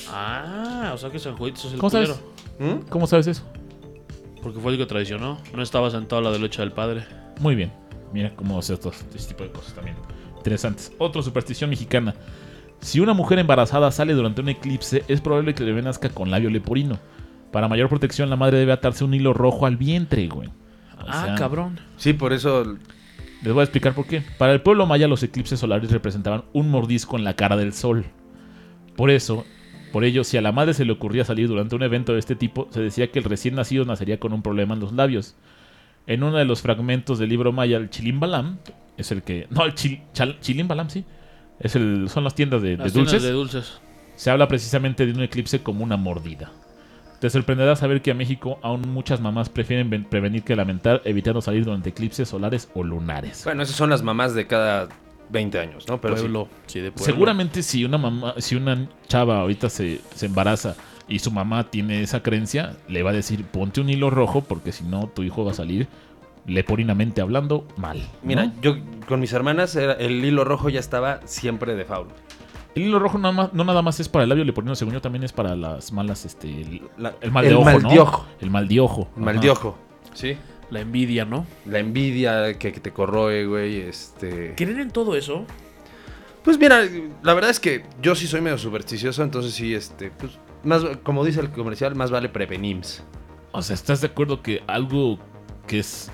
Ah, o sea que San Juanito es el ¿Cómo sabes? culero. ¿Mm? ¿Cómo sabes eso? Porque fue el que traicionó. No estaba sentado a la derecha del padre. Muy bien. Mira cómo hace estos, este tipo de cosas también. Interesantes. Otra superstición mexicana. Si una mujer embarazada sale durante un eclipse, es probable que el bebé nazca con labio leporino. Para mayor protección, la madre debe atarse un hilo rojo al vientre, güey. O Ah, sea, cabrón. Sí, por eso. Les voy a explicar por qué. Para el pueblo maya, los eclipses solares representaban un mordisco en la cara del sol. Por eso, por ello, si a la madre se le ocurría salir durante un evento de este tipo, se decía que el recién nacido nacería con un problema en los labios. En uno de los fragmentos del libro maya, el Chilimbalam, es el que... No, el chil, chal- Chilimbalam, sí. Es el, son las tiendas de, de Las tiendas dulces. de dulces. Se habla precisamente de un eclipse como una mordida. Te sorprenderá saber que a México aún muchas mamás prefieren ven- prevenir que lamentar, evitando salir durante eclipses solares o lunares. Bueno, esas son las mamás de cada veinte años, ¿no? Pero sí. Pueblo. Sí, de pueblo. Seguramente si una mamá, si una chava ahorita se, se embaraza y su mamá tiene esa creencia, le va a decir ponte un hilo rojo porque si no tu hijo va a salir leporinamente hablando mal. ¿no? Mira, yo con mis hermanas, era- el hilo rojo ya estaba siempre de faul. El hilo rojo nada más, no nada más es para el labio leporino, según yo también es para las malas, este, el, La- el mal de el ojo, mal ¿no? de ojo. El mal de ojo. El mal Ajá. de ojo. Sí. La envidia, ¿no? La envidia que, que te corroe, güey, este... ¿Creen en todo eso? Pues mira, la verdad es que yo sí soy medio supersticioso, entonces sí, este, pues, más, como dice el comercial, más vale prevenims. O sea, ¿estás de acuerdo que algo que es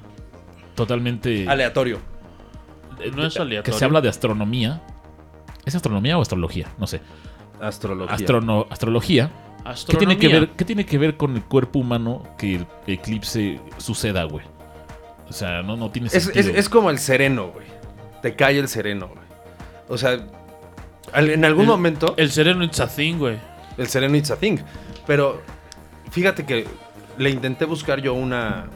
totalmente... Aleatorio. eh, No es que aleatorio. se habla de astronomía? ¿Es astronomía o astrología? No sé. Astrología. Astrono- astrología. ¿Qué Astronomía. tiene, que ver, ¿Qué tiene que ver con el cuerpo humano que el eclipse suceda, güey? O sea, no, no tiene es, sentido. es, es como el sereno, güey. Te cae el sereno, güey. O sea, al- en algún El- momento... El sereno it's a thing, güey. El sereno it's a thing. Pero fíjate que le intenté buscar yo una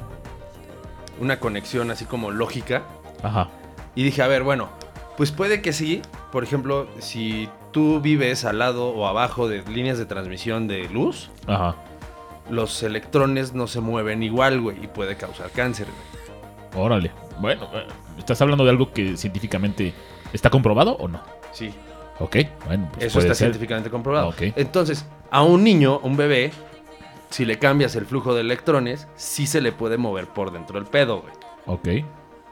una conexión así como lógica Ajá. y dije, a ver, bueno, pues puede que sí. Por ejemplo, si tú vives al lado o abajo de líneas de transmisión de luz, Ajá. los electrones no se mueven igual, güey, y puede causar cáncer, güey. Órale. Bueno, eh, ¿estás hablando de algo que científicamente está comprobado o no? Sí. Ok, bueno. Pues Eso puede está ser. científicamente comprobado. Ok. Entonces, a un niño, un bebé, si le cambias el flujo de electrones, sí se le puede mover por dentro el pedo, güey. Ok.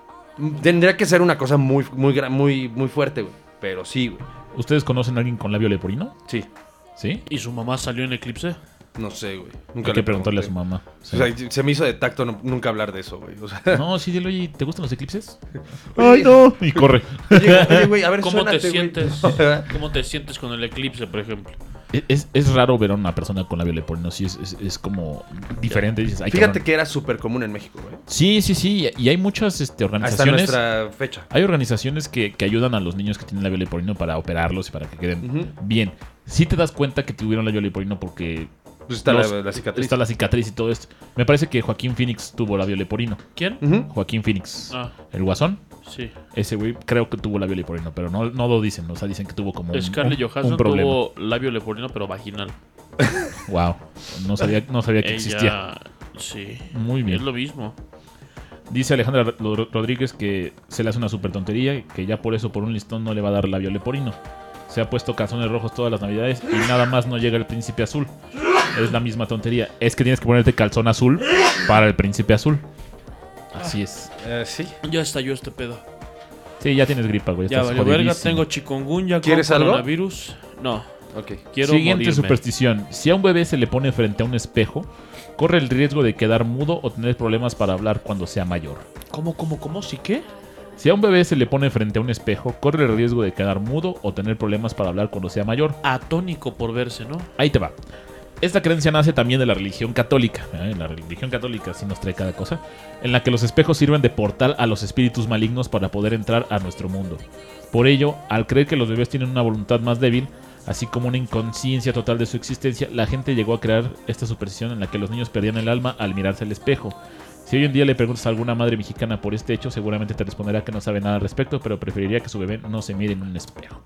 Tendría que ser una cosa muy, muy, gra- muy, muy fuerte, güey. Pero sí, güey. ¿Ustedes conocen a alguien con labio leporino? Sí. ¿Sí? ¿Y su mamá salió en Eclipse? No sé, güey. Hay que le preguntarle a su pregunté. mamá. Sí. O sea, se me hizo de tacto no- nunca hablar de eso, güey. O sea, No, sí, dile, oye, ¿te gustan los eclipses? Oye. ¡Ay, no! Y corre. oye, oye, güey, a ver, ¿Cómo te suénate, güey. sientes? ¿Cómo te sientes con el eclipse, por ejemplo? Es, es raro ver a una persona con labio leporino. Sí, es, es, es como diferente. Dices, "Ay, Fíjate cabrón". que era súper común en México, güey. Sí, sí, sí. Y hay muchas este, Hasta organizaciones. nuestra fecha. Hay organizaciones que, que ayudan a los niños que tienen labio leporino para operarlos y para que queden Ujú. bien. Sí te das cuenta que tuvieron labio leporino porque Pues está los- la, la cicatriz. está la cicatriz y todo esto. Me parece que Joaquín Phoenix tuvo labio leporino. ¿Quién? Ujú. Joaquín Phoenix. Ah, El guasón. sí. Ese güey creo que tuvo labio leporino, pero no, no lo dicen. O sea, dicen que tuvo como un, Scarlett un- Johansson un problema. tuvo labio leporino, pero vaginal. Wow. No sabía, no sabía que Ella, existía. sí. Muy bien. Es lo mismo. Dice Alejandra Ro- Rodríguez que se le hace una super tontería y que ya por eso por un listón no le va a dar labio leporino. Se ha puesto calzones rojos todas las navidades y nada más no llega el príncipe azul. Es la misma tontería. Es que tienes que ponerte calzón azul para el príncipe azul. Así es. Eh, sí. Ya estalló este pedo. Sí, ya tienes gripa, güey. Ya Estás valió verga, jodidísimo. tengo chikungunya con ¿Quieres algo? coronavirus. No, Ok. quiero Siguiente morirme. superstición. Si a un bebé se le pone frente a un espejo, corre el riesgo de quedar mudo o tener problemas para hablar cuando sea mayor. ¿Cómo, cómo, cómo? ¿Sí qué? Si a un bebé se le pone frente a un espejo, corre el riesgo de quedar mudo o tener problemas para hablar cuando sea mayor. Atónico por verse, ¿no? Ahí te va. Esta creencia nace también de la religión católica. ¿eh? La religión católica sí nos trae cada cosa. En la que los espejos sirven de portal a los espíritus malignos para poder entrar a nuestro mundo. Por ello, al creer que los bebés tienen una voluntad más débil, así como una inconsciencia total de su existencia, la gente llegó a crear esta superstición en la que los niños perdían el alma al mirarse al espejo. Si hoy en día le preguntas a alguna madre mexicana por este hecho, seguramente te responderá que no sabe nada al respecto, pero preferiría que su bebé no se mire en un espejo.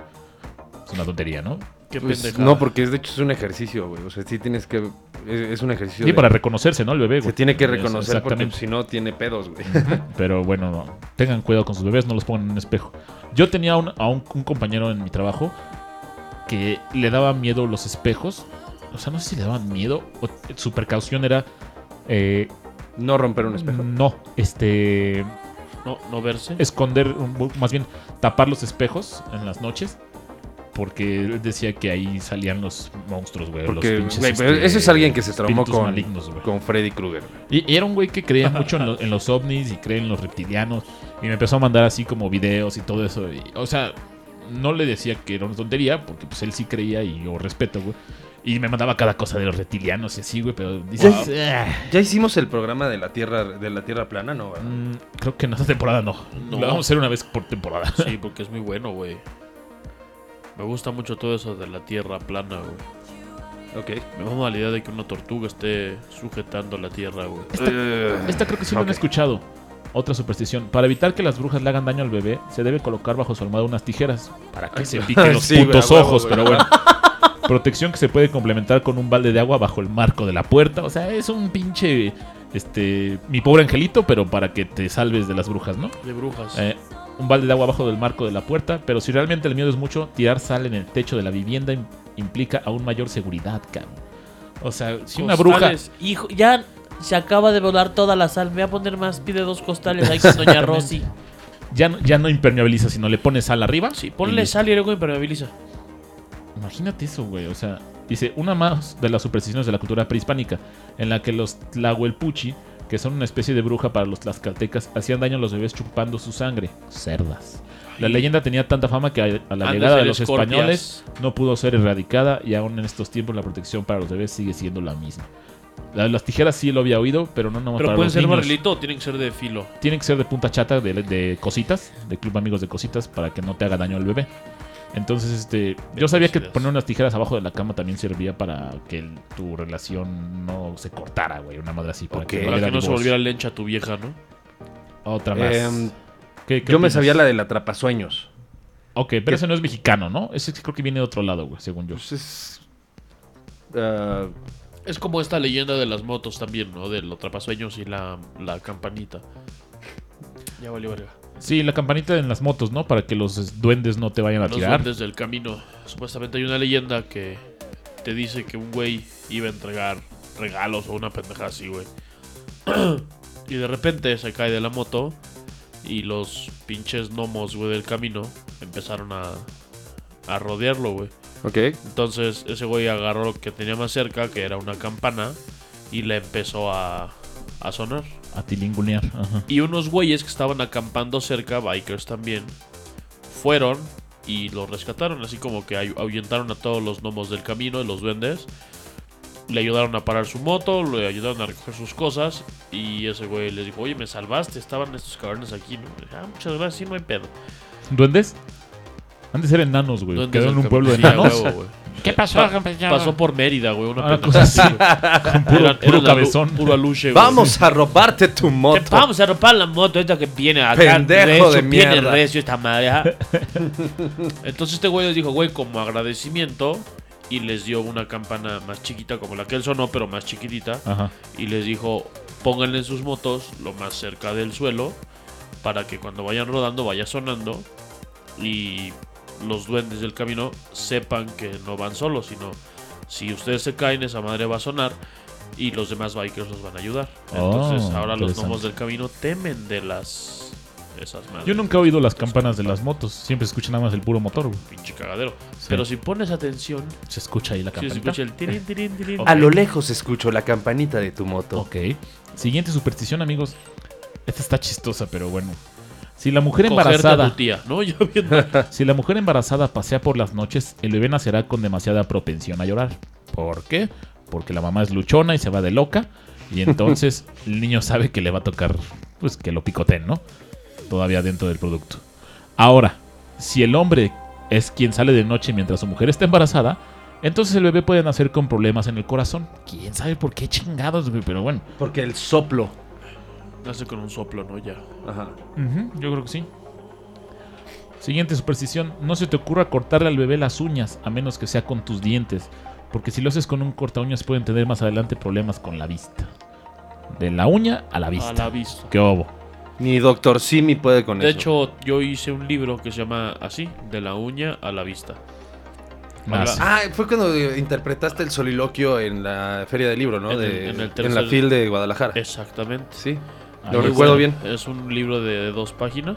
Es una tontería, ¿no? Qué Pues, pendejada. no, porque es, de hecho es un ejercicio, güey. O sea, sí tienes que... Es, es un ejercicio Sí, de- para reconocerse, ¿no? El bebé, güey. Se tiene que Es- reconocer porque Exactamente. si no tiene pedos, güey. Pero bueno, no. Tengan cuidado con sus bebés, no los pongan en un espejo. Yo tenía un- a un, un compañero en mi trabajo que le daba miedo los espejos. O sea, no sé si le daban miedo. O su precaución era... eh, No romper un espejo. no, este... No, no verse. esconder, un- más bien tapar los espejos en las noches. Porque él decía que ahí salían los monstruos, güey. los Porque, pinches, güey, pero este, ese es alguien que se traumó espíritus con, malignos, güey. con Freddy Krueger. Y, y era un güey que creía mucho en, lo- en los ovnis y cree en los reptilianos. Y me empezó a mandar así como videos y todo eso. Y, o sea, no le decía que era una tontería, porque pues él sí creía y yo respeto, güey. Y me mandaba cada cosa de los reptilianos y así, güey. Pero dices, "Ah". ¿Ya hicimos el programa de la Tierra de la Tierra plana? No, ¿verdad? Mm, creo que en esta temporada no. No. Lo vamos a hacer una vez por temporada. Sí, porque es muy bueno, güey. Me gusta mucho todo eso de la tierra plana, güey. Ok. Me mama la idea de que una tortuga esté sujetando la tierra, güey. Esta creo que sí lo Ok. han escuchado. Otra superstición. Para evitar que las brujas le hagan daño al bebé, se debe colocar bajo su almohada unas tijeras. Para que se piquen los Sí, güey, putos a huevo, ojos, güey. pero bueno. Protección que se puede complementar con un balde de agua bajo el marco de la puerta. O sea, es un pinche... Este... Mi pobre angelito, pero para que te salves de las brujas, ¿no? De brujas. Eh, un balde de agua bajo del marco de la puerta. Pero si realmente el miedo es mucho, tirar sal en el techo de la vivienda im- implica aún mayor seguridad, cabrón. O sea, si una bruja... Costales. Hijo, ya se acaba de volar toda la sal. Me voy a poner más. Pide dos costales ahí con doña Rosy. Ya no, ya no impermeabiliza, sino le pones sal arriba. Sí, y ponle listo. sal y luego impermeabiliza. Imagínate eso, güey. O sea, dice, una más de las supersticiones de la cultura prehispánica, en la que los tlahuelpuchi, que son una especie de bruja para los tlaxcaltecas, hacían daño a los bebés chupando su sangre. Cerdas. La leyenda tenía tanta fama que a, a la Han de llegada de ser los escorpias. españoles no pudo ser erradicada y aún en estos tiempos la protección para los bebés sigue siendo la misma. La de las tijeras sí lo había oído, pero no nomás Pero para pueden los ser niños. barrilito o tienen que ser de filo. Tienen que ser de punta chata, de, de cositas, de Club Amigos de Cositas, para que no te haga daño al bebé. Entonces, este, yo sabía que ideas. poner unas tijeras abajo de la cama también servía para que el- tu relación no se cortara, güey, una madre así. Para Ok. que Para hubiera que no se divorcio. volviera lencha tu vieja, ¿no? Otra más. Em, ¿Qué- qué Yo me opinas? sabía la del atrapasueños. Ok, pero ese no es mexicano, ¿no? Ese creo que viene de otro lado, güey, según yo. Pues es... ah, Es como esta leyenda de las motos también, ¿no? Del atrapasueños y la, la campanita. Ya valió verga. Sí, la campanita en las motos, ¿no? Para que los duendes no te vayan a Los tirar. duendes del camino. Supuestamente hay una leyenda que te dice que un güey iba a entregar regalos o una pendeja así, güey. Y de repente se cae de la moto y los pinches gnomos, güey, del camino empezaron a, a rodearlo, güey. Ok. Entonces ese güey agarró lo que tenía más cerca, que era una campana, y le empezó a, a sonar. A tilingunear. Ajá. Y unos güeyes que estaban acampando cerca, bikers también, fueron y los rescataron. Así como que ahu- ahuyentaron a todos los gnomos del camino, los duendes. Le ayudaron a parar su moto, le ayudaron a recoger sus cosas. Y ese güey les dijo, oye, me salvaste, estaban estos cabrones aquí, ¿no? Ah, muchas gracias, sí, no hay pedo. ¿Duendes? Han de ser enanos, güey. Duendes Quedó en del un pueblo de camino. Sí, a enanos. huevo, güey. ¿Qué pasó, Pa- compañero? Pasó por Mérida, güey, una Una pendeja cosa así. Con puro, Eran- puro eran alu- cabezón. Puro aluche, güey. Vamos a robarte tu Te moto. vamos a romper la moto esta que viene acá. Pendejo recio, de viene mierda. recio esta madre. ¿Ah? Entonces este güey les dijo, güey, como agradecimiento. Y les dio una campana más chiquita, como la que él sonó, pero más chiquitita. Ajá. Y les dijo, pónganle en sus motos lo más cerca del suelo, para que cuando vayan rodando vaya sonando. Y los duendes del camino sepan que no van solos, sino si ustedes se caen, esa madre va a sonar. Y los demás bikers los van a ayudar. Entonces Oh, ahora los interesante. gnomos del camino temen de las... esas madres. Yo nunca he oído las campanas de las motos. Siempre se escucha nada más el puro motor, güey. Pinche cagadero. Pero si pones atención, Se escucha ahí la si se campanita. escucha el tirín, tirín, tirín. Ok. A lo lejos escucho la campanita de tu moto. Ok. Siguiente superstición, amigos. Esta está chistosa, pero bueno. Si la mujer Cogerte a embarazada, tu tía, ¿no? Yo viendo. si la mujer embarazada pasea por las noches, el bebé nacerá con demasiada propensión a llorar. ¿Por qué? Porque la mamá es luchona y se va de loca. Y entonces el niño sabe que le va a tocar, pues que lo picoteen, ¿no? Todavía dentro del producto. Ahora, si el hombre es quien sale de noche mientras su mujer está embarazada, entonces el bebé puede nacer con problemas en el corazón. ¿Quién sabe por qué chingados, güey? Pero bueno. Porque el soplo. Nace con un soplo, ¿no? Ya. Ajá. Ujú, yo creo que sí. Siguiente superstición. No se te ocurra cortarle al bebé las uñas, a menos que sea con tus dientes. Porque si lo haces con un corta uñas pueden tener más adelante problemas con la vista. De la uña a la vista. A la vista. Qué obo. Ni Doctor Simi puede con De eso. hecho, yo hice un libro que se llama así, de la uña a la vista. Más. Ah, fue cuando interpretaste el soliloquio en la Feria del Libro, ¿no? En el- de, en el en tercer- la FIL de Guadalajara. Exactamente. Sí, Ah, lo ya recuerdo sé. bien. Es un libro de dos páginas.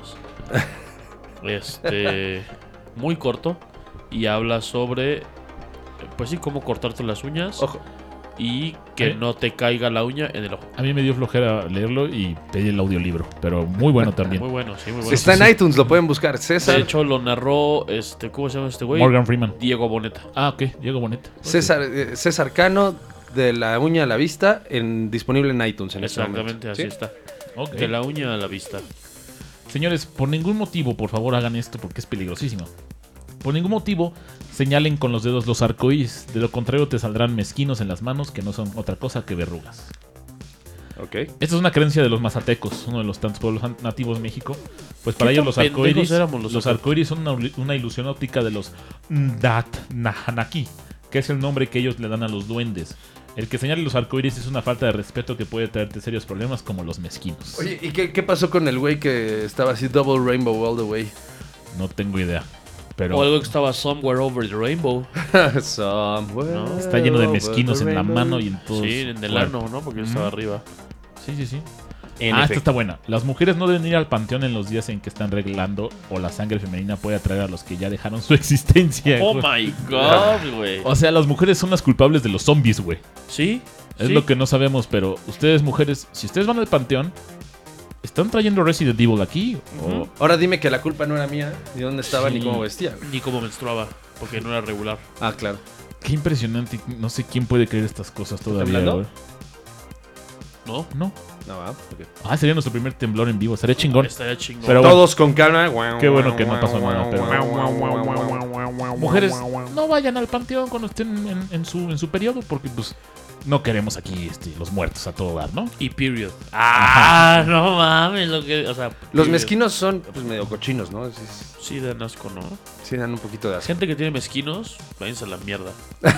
Este. Muy corto. Y habla sobre. Pues sí, cómo cortarte las uñas. Ojo. Y que ¿Eh? no te caiga la uña en el ojo. A mí me dio flojera leerlo y pedí el audiolibro. Pero muy bueno también. Muy bueno, sí, muy bueno. Está en iTunes, lo pueden buscar. César, De hecho, lo narró. este ¿Cómo se llama este güey? Morgan Freeman. Diego Boneta. Ah, ok. Diego Boneta. César, eh, César Cano, de la uña a la vista, en, disponible en iTunes en este Exactamente, momento. así ¿Sí? está. Ok. De la uña a la vista. Señores, por ningún motivo, por favor, hagan esto porque es peligrosísimo. Por ningún motivo, señalen con los dedos los arcoíris. De lo contrario, te saldrán mezquinos en las manos que no son otra cosa que verrugas. Ok. Esta es una creencia de los mazatecos, uno de los tantos pueblos an- nativos de México. Pues para ¿Qué ellos tan los pendejos arcoíris, éramos los los zapotecos? arcoíris son una, ulu- una ilusión óptica de los Ndatnahanaki, que es el nombre que ellos le dan a los duendes. El que señale los arcoíris es una falta de respeto que puede traerte serios problemas como los mezquinos. Oye, ¿y qué, qué pasó con el güey que estaba así, double rainbow all the way? No tengo idea. Pero O algo que estaba somewhere over the rainbow. Somewhere No, está lleno de over mezquinos the en la rainbow. mano y en todo. Sí, en el cuerpo. ano, ¿no? Porque él estaba Ujú. arriba. Sí, sí, sí. En ah, esta efecto. está buena. Las mujeres no deben ir al panteón en los días en que están reglando o la sangre femenina puede atraer a los que ya dejaron su existencia. Oh güey. my god, güey. O sea, las mujeres son las culpables de los zombies, güey. ¿Sí? Es ¿Sí? lo que no sabemos, pero ustedes mujeres, si ustedes van al panteón, ¿están trayendo Resident Evil aquí? Ujú. Ahora dime que la culpa no era mía, ni dónde estaba, Sí. ni cómo vestía. güey. Ni cómo menstruaba, porque no era regular. Ah, claro. Qué impresionante. No sé quién puede creer estas cosas todavía, temblando? güey. ¿No? No. No, va. ok. Ah, sería nuestro primer temblor en vivo. Sería chingón. Estaría chingón. Pero bueno. Todos con calma. Qué bueno que no pasó nada, pero- Mujeres, no vayan al panteón cuando estén en, en su, en su periodo, porque pues no queremos aquí este, los muertos a todo dar, ¿no? Y period. Ah, no mames, lo que. O sea, Los period. mezquinos. mezquinos son pues medio cochinos, ¿no? Sí, sí, Sí, dan asco, ¿no? sí dan un poquito de asco. Gente que tiene mezquinos, váyanse a la mierda.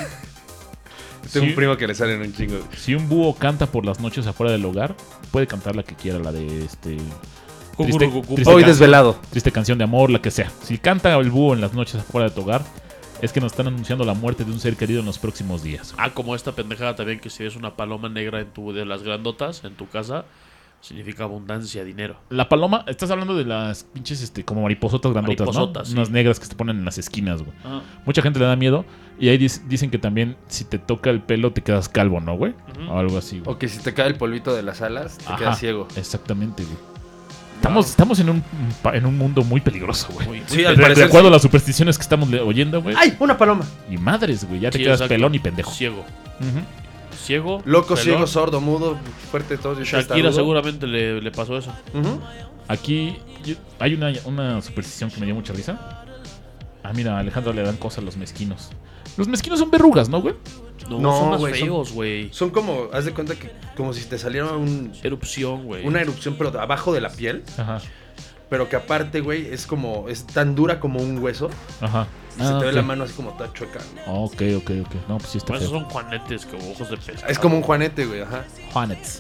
Tengo Sí. un primo que le salen un chingo. Si un búho canta por las noches afuera del hogar, puede cantar la que quiera, la de este Triste, triste Hoy can- desvelado. triste canción de amor, la que sea. Si canta el búho en las noches afuera de tu hogar, es que nos están anunciando la muerte de un ser querido en los próximos días. Ah, como esta pendejada también que si ves una paloma negra en tu de las grandotas en tu casa, significa abundancia, dinero. La paloma, estás hablando de las pinches este, como mariposotas grandotas, Mariposotas, ¿no? sí. Unas negras que se ponen en las esquinas, güey. Ah, Mucha gente le da miedo. Y ahí dic- dicen que también si te toca el pelo te quedas calvo, ¿no, güey? Ujú. O algo así, güey. O que si te cae el polvito de las alas, te Ajá, quedas ciego. Exactamente, güey. Estamos, estamos en, un, pa- en un mundo muy peligroso, güey. muy- Sí, muy al De, de parecer acuerdo sí. a las supersticiones que estamos le- oyendo, güey. ¡Ay! Una paloma. Y madres, güey. Ya te Sí, quedas exacto. pelón y pendejo. Ciego. Ujú. Ciego. Loco, pelón. ciego, sordo, mudo, fuerte, todo. Shakira seguramente le, le pasó eso. Ujú. Aquí yo- hay una, una superstición que me dio mucha risa. Ah, mira, a Alejandro le dan cosas a los mezquinos. Los mezquinos son verrugas, ¿no, güey? No, No, son más güey, son- feos, güey. Son como, haz de cuenta que como si te saliera un, Erupción, güey. una erupción, pero abajo de la piel. Ajá. Pero que aparte, güey, es como, es tan dura como un hueso. Ajá. Y se Ah, te ve ok. la mano así como toda chueca. Ok, ok, ok. No, pues sí está Por eso feo. son juanetes como ojos de pescado. Es como un juanete, güey, ajá. Juanets.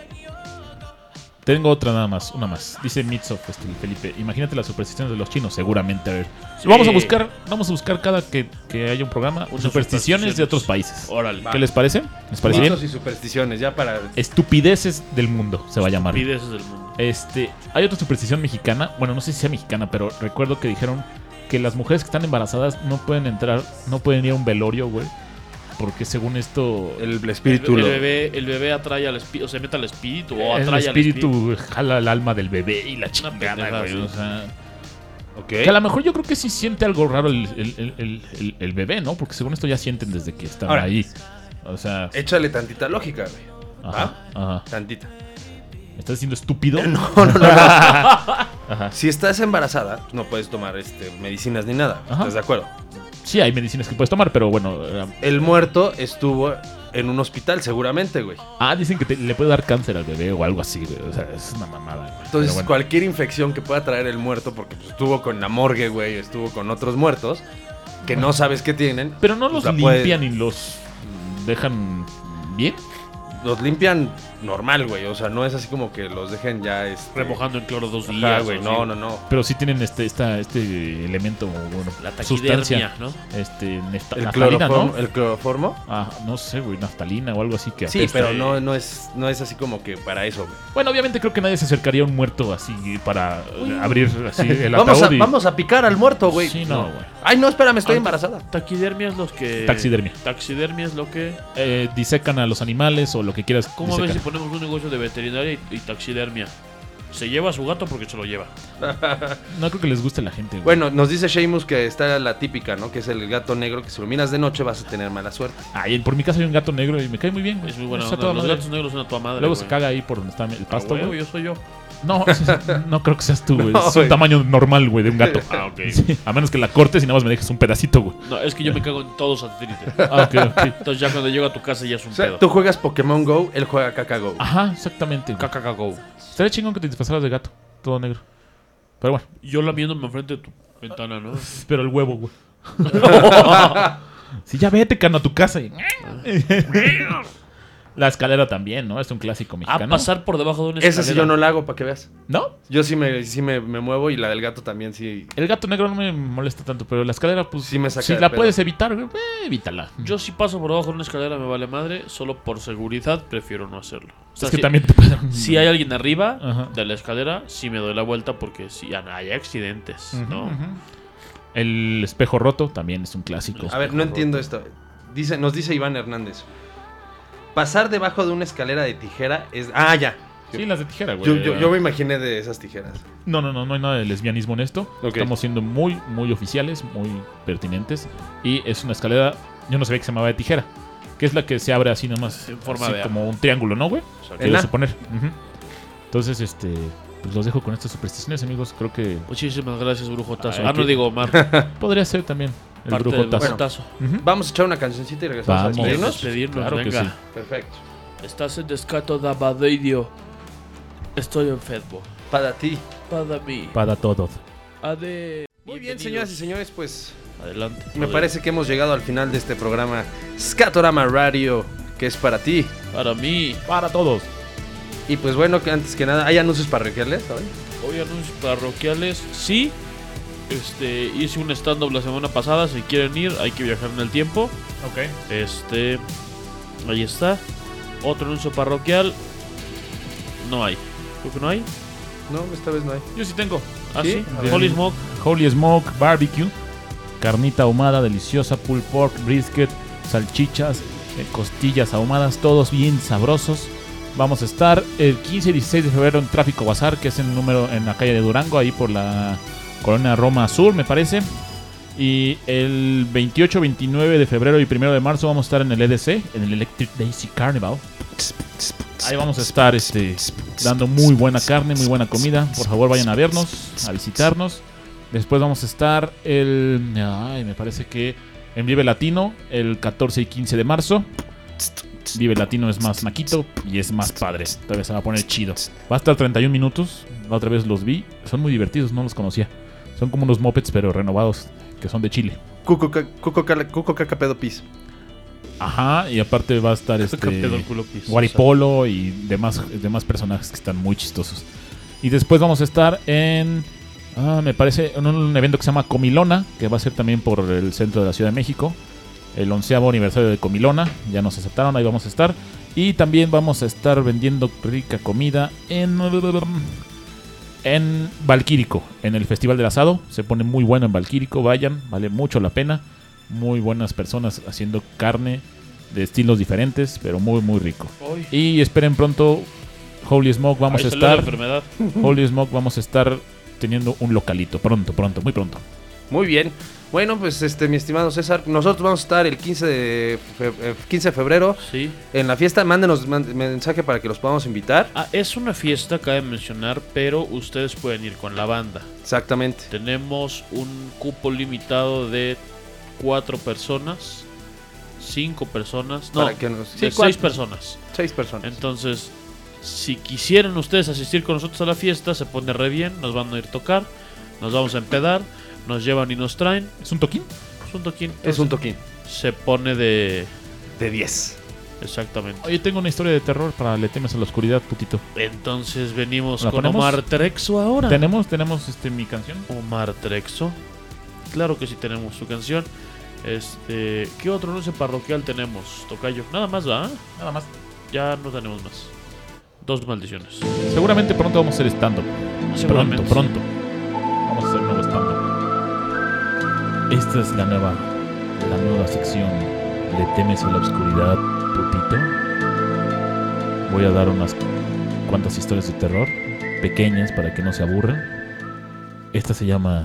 Tengo otra nada más, una más. Dice Mitsof, este, Felipe. Imagínate las supersticiones de los chinos, seguramente. A ver. Sí. Vamos a buscar, vamos a buscar cada que, que haya un programa Unas supersticiones de supersticiones. otros países. Órale. ¿Qué les parece? ¿Les parece bien? Mitos y supersticiones, ya para... Estupideces del mundo se va a llamar. Pides del mundo. Este, hay otra superstición mexicana. Bueno, no sé si sea mexicana, pero recuerdo que dijeron que las mujeres que están embarazadas no pueden entrar, no pueden ir a un velorio, güey. Porque según esto, El El, espíritu. el lo- bebé, el bebé atrae al espíritu, o se mete al espíritu, o el atrae al espíritu. espíritu jala el alma del bebé y la chingada, pendejada, güey. sí. O sea, Ok. que a lo mejor yo creo que sí siente algo raro el, el- el- el- el- el bebé, ¿no? Porque según esto ya sienten desde que están Ahora, ahí. O sea, Échale tantita lógica, güey. ajá, ajá. Tantita. ¿Me estás diciendo estúpido? No, no, no. no. Ajá. Si estás embarazada, no puedes tomar este, medicinas ni nada. Ajá. ¿Estás de acuerdo? Sí, hay medicinas que puedes tomar, pero bueno. eh, El muerto estuvo en un hospital, seguramente, güey. Ah, dicen que te- le puede dar cáncer al bebé o algo así, güey. O sea, es una mamada, güey. Entonces, Pero bueno. cualquier infección que pueda traer el muerto, porque pues, estuvo con la morgue, güey, estuvo con otros muertos, que no sabes qué tienen. Pero no pues, los la puede- limpian y los dejan bien. Los limpian normal, güey. O sea, no es así como que los dejen ya este, Remojando en cloro dos Ajá, días. güey. o No, así. no, no. Pero sí tienen este, esta, este elemento, bueno, La sustancia. taquidermia, ¿no? Este, nefta- El naftalina, cloroformo, ¿no? el cloroformo. Ah, no sé, güey, naftalina o algo así que Sí, apesta. pero no, no, es, no es así como que para eso, güey. Bueno, obviamente creo que nadie se acercaría a un muerto así para eh, abrir así el Vamos a, ataúd y- vamos a picar al muerto, güey. Sí, no, güey. Ay, no, espérame, estoy Ah, embarazada. Taquidermia es lo que. Taxidermia. Taxidermia es lo que. Eh, disecan a los animales o lo que quieras. ¿Cómo ves si disecan. ponemos un negocio de veterinaria y, y taxidermia? Se lleva a su gato porque se lo lleva. No creo que les guste a la gente, güey. Bueno, nos dice Sheamus que está la típica, ¿no? Que es el gato negro, que si lo miras de noche vas a tener mala suerte. Ay, por mi casa hay un gato negro y me cae muy bien, güey. Es muy buena Está onda. toda Los madre. gatos negros son a tu madre. Luego güey. se caga ahí por donde está el Ah, pasto, huevo, güey. yo soy yo. No, no creo que seas tú, güey. No, Es un güey. tamaño normal, güey, de un gato. Ah, ok. Sí, a menos que la cortes y nada más me dejes un pedacito, güey. No, es que yo me cago en todos satélites. Ah, ok, ok. Entonces ya cuando llego a tu casa ya es un O sea, pedo. tú juegas Pokémon Go, él juega Caca Go. Ajá, exactamente. güey. Cacacago. Estaría chingón que te disfrazaras de gato, todo negro. Pero bueno, Yo lamiéndome enfrente de tu ventana, ¿no? pero el huevo, güey. Sí, ya vete, cano, a tu casa. y- La escalera también, ¿no? Es un clásico A mexicano. pasar por debajo de una escalera. Ese sí yo no la hago, para que veas. ¿No? Yo sí me, sí me, me muevo y la del gato también sí. El gato negro no me molesta tanto, pero la escalera, pues. Sí me saca si de la pedo. puedes evitar, güey, eh, evítala. Yo si paso por debajo de una escalera me vale madre. Solo por seguridad prefiero no hacerlo. O sea, es que si, también te puede dar un- si hay alguien arriba Ajá. de la escalera, sí me doy la vuelta porque si ya no hay accidentes, Ujú, ¿no? ujú. El espejo roto también es un clásico. A ver, no entiendo esto. Dice, nos dice Iván Hernández. Pasar debajo de una escalera de tijera es. Ah, ya. Sí, las de tijera, güey. Yo, yo, yo me imaginé de esas tijeras. No, no, no, no hay nada de lesbianismo en esto. Ok. Estamos siendo muy, muy oficiales, muy pertinentes. Y es una escalera, yo no sabía que se llamaba de tijera. Que es la que se abre así nomás. En forma así de A. como un triángulo, ¿no, güey? Exacto. Quiero ¿En A? suponer. Ujú. Entonces, este, pues los dejo con estas supersticiones, amigos. Creo que Muchísimas gracias, brujotazo. Ay, ah, no que- digo Omar. podría ser también el parte del brujotazo. brujotazo. Ujú. Vamos a echar una cancioncita y regresamos Vamos. a despedirnos. Despedirnos, Claro que venga. sí. Perfecto. Estás en Descato da Badeio. Estoy enfermo. Para ti. Para mí. Para todos. Ade. Muy bien, señoras y señores, pues Adelante. me parece que hemos llegado al final de este programa Skatorama Radio, que es para ti. Para mí. Para todos. Y pues bueno, que antes que nada, ¿hay anuncios parroquiales hoy? Hoy anuncios parroquiales. Sí. Este, hice un stand-up la semana pasada. Si quieren ir, hay que viajar en el tiempo. Ok. Este, ahí está. Otro anuncio parroquial. No hay. Creo que no hay. No, esta vez no hay. Yo sí tengo. Ah, ¿Sí? sí. A ver. Holy Smoke. Holy Smoke Barbecue. Carnita ahumada, deliciosa, pulled pork, brisket, salchichas, eh, costillas ahumadas, todos bien sabrosos. Vamos a estar el quince y dieciséis de febrero en Tráfico Bazar, que es en el número en la calle de Durango, ahí por la colonia Roma Sur, me parece. Y el veintiocho, veintinueve de febrero y primero de marzo vamos a estar en el E D C, en el Electric Daisy Carnival. Ahí vamos a estar este, dando muy buena carne, muy buena comida. Por favor, vayan a vernos, a visitarnos. Después vamos a estar el... Ay, me parece que en Vive Latino, el catorce y quince de marzo. Vive Latino es más maquito y es más padre. Esta vez se va a poner chido. Va a estar treinta y un minutos. La otra vez los vi. Son muy divertidos, no los conocía. Son como unos mopeds, pero renovados, que son de Chile. Cuco, ca- cuco, cala- cuco caca pedo pis. Ajá, y aparte va a estar este Pedo el culo piso, Guaripolo y demás, demás personajes que están muy chistosos. Y después vamos a estar en... Ah, me parece en un evento que se llama Comilona, que va a ser también por el centro de la Ciudad de México. El onceavo aniversario de Comilona, ya nos aceptaron, ahí vamos a estar. Y también vamos a estar vendiendo rica comida en... En Valquírico, en el Festival del Asado. Se pone muy bueno en Valquírico, vayan, vale mucho la pena. Muy buenas personas haciendo carne de estilos diferentes, pero muy muy rico. Uy. Y esperen pronto Holy Smoke, vamos Ahí a salió la estar enfermedad. Holy Smoke, vamos a estar teniendo un localito, pronto, pronto, muy pronto. Muy bien. Bueno, pues este, mi estimado César, nosotros vamos a estar el quince de, fe- eh, quince de febrero Sí. en la fiesta. Mándenos man- mensaje para que los podamos invitar. Ah, es una fiesta, cabe mencionar, pero ustedes pueden ir con la banda. Exactamente. Tenemos un cupo limitado de cuatro personas, cinco personas, no, Para que nos- de sí, seis cuatro. personas. Seis personas. Entonces, si quisieran ustedes asistir con nosotros a la fiesta, se pone re bien, nos van a ir a tocar, nos vamos a empedar, nos llevan y nos traen. ¿Es un toquín? Es un toquín. Es un toquín. Se pone de... De diez. Exactamente. Oye, tengo una historia de terror para Le temes a la oscuridad, putito. Entonces venimos ¿La con ponemos? Omar Trexo ahora. Tenemos, tenemos este mi canción. Omar Trexo. Claro que sí tenemos su canción. Este, ¿qué otro anuncio parroquial tenemos, Tocayo? Nada más, ¿va? Nada más. Ya no tenemos más. Dos maldiciones. Seguramente pronto vamos a hacer stand-up. Pronto, Seguramente. pronto. Vamos a hacer nuevo stand-up. Esta es la nueva, la nueva sección. ¿Le temes a la oscuridad, putito? Voy a dar unas cuantas historias de terror, pequeñas para que no se aburran. Esta se llama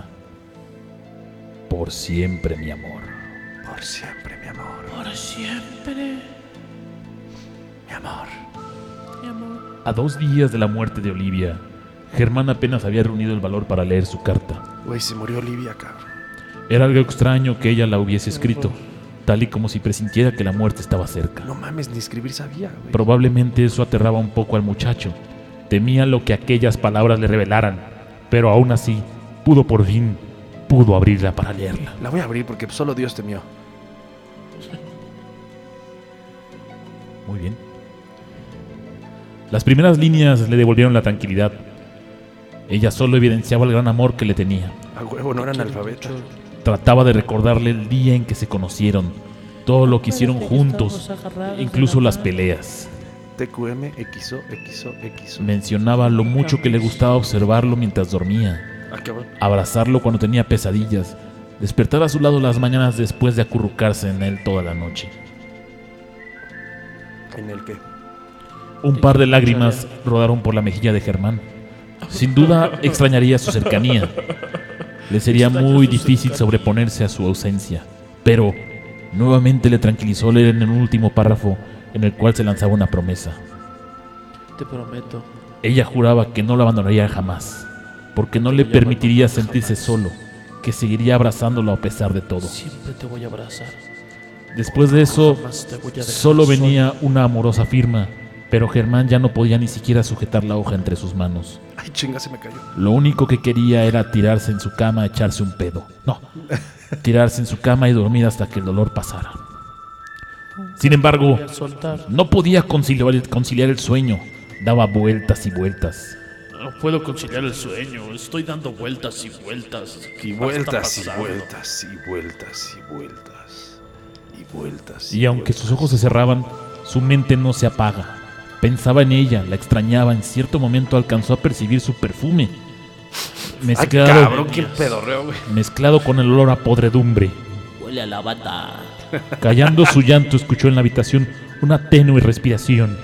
Por siempre, mi amor. Por siempre, mi amor. Por siempre. Mi amor. Mi amor. A dos días de la muerte de Olivia, Germán apenas había reunido el valor para leer su carta. Güey, se murió Olivia, cabrón. Era algo extraño que ella la hubiese escrito, tal y como si presintiera que la muerte estaba cerca. No mames, ni escribir sabía, güey. Probablemente eso aterraba un poco al muchacho. Temía lo que aquellas palabras le revelaran, pero aún así pudo por fin, pudo abrirla para leerla. La voy a abrir porque solo Dios temió. Muy bien. Las primeras líneas le devolvieron la tranquilidad. Ella solo evidenciaba el gran amor que le tenía. A huevo, no eran alfabetas. Trataba de recordarle el día en que se conocieron, todo lo que hicieron juntos, incluso las peleas. T Q M, X O, X O, X O. Mencionaba lo mucho que le gustaba observarlo mientras dormía, Ah, cabrón. abrazarlo cuando tenía pesadillas, despertar a su lado las mañanas después de acurrucarse en él toda la noche. ¿En el qué? Un par de lágrimas rodaron por la mejilla de Germán. Sin duda extrañaría su cercanía. Le sería muy difícil sobreponerse a su ausencia, pero nuevamente le tranquilizó leer en el último párrafo en el cual se lanzaba una promesa. Te prometo. Ella juraba que no lo abandonaría jamás, porque no le permitiría sentirse solo, que seguiría abrazándolo a pesar de todo. Siempre te voy a abrazar. Después de eso, Jamás te voy a dejar solo solo. venía una amorosa firma, pero Germán ya no podía ni siquiera sujetar la hoja entre sus manos. Ay, chinga, se me cayó. Lo único que quería era tirarse en su cama a echarse un pedo. No, tirarse en su cama y dormir hasta que el dolor pasara. Sin embargo, Voy a soltar. no podía conciliar, conciliar el sueño. Daba vueltas y vueltas. No puedo conciliar el sueño. Estoy dando vueltas y vueltas. Y ¿Qué vueltas y está pasando? vueltas y vueltas y vueltas y vueltas. Y aunque sus ojos se cerraban, su mente no se apaga. Pensaba en ella, la extrañaba. En cierto momento alcanzó a percibir su perfume. Ay, Mezclado, cabrón, qué pedorreo, güey. mezclado con el olor a podredumbre. Huele a la bata. Callando su llanto, escuchó en la habitación una tenue respiración.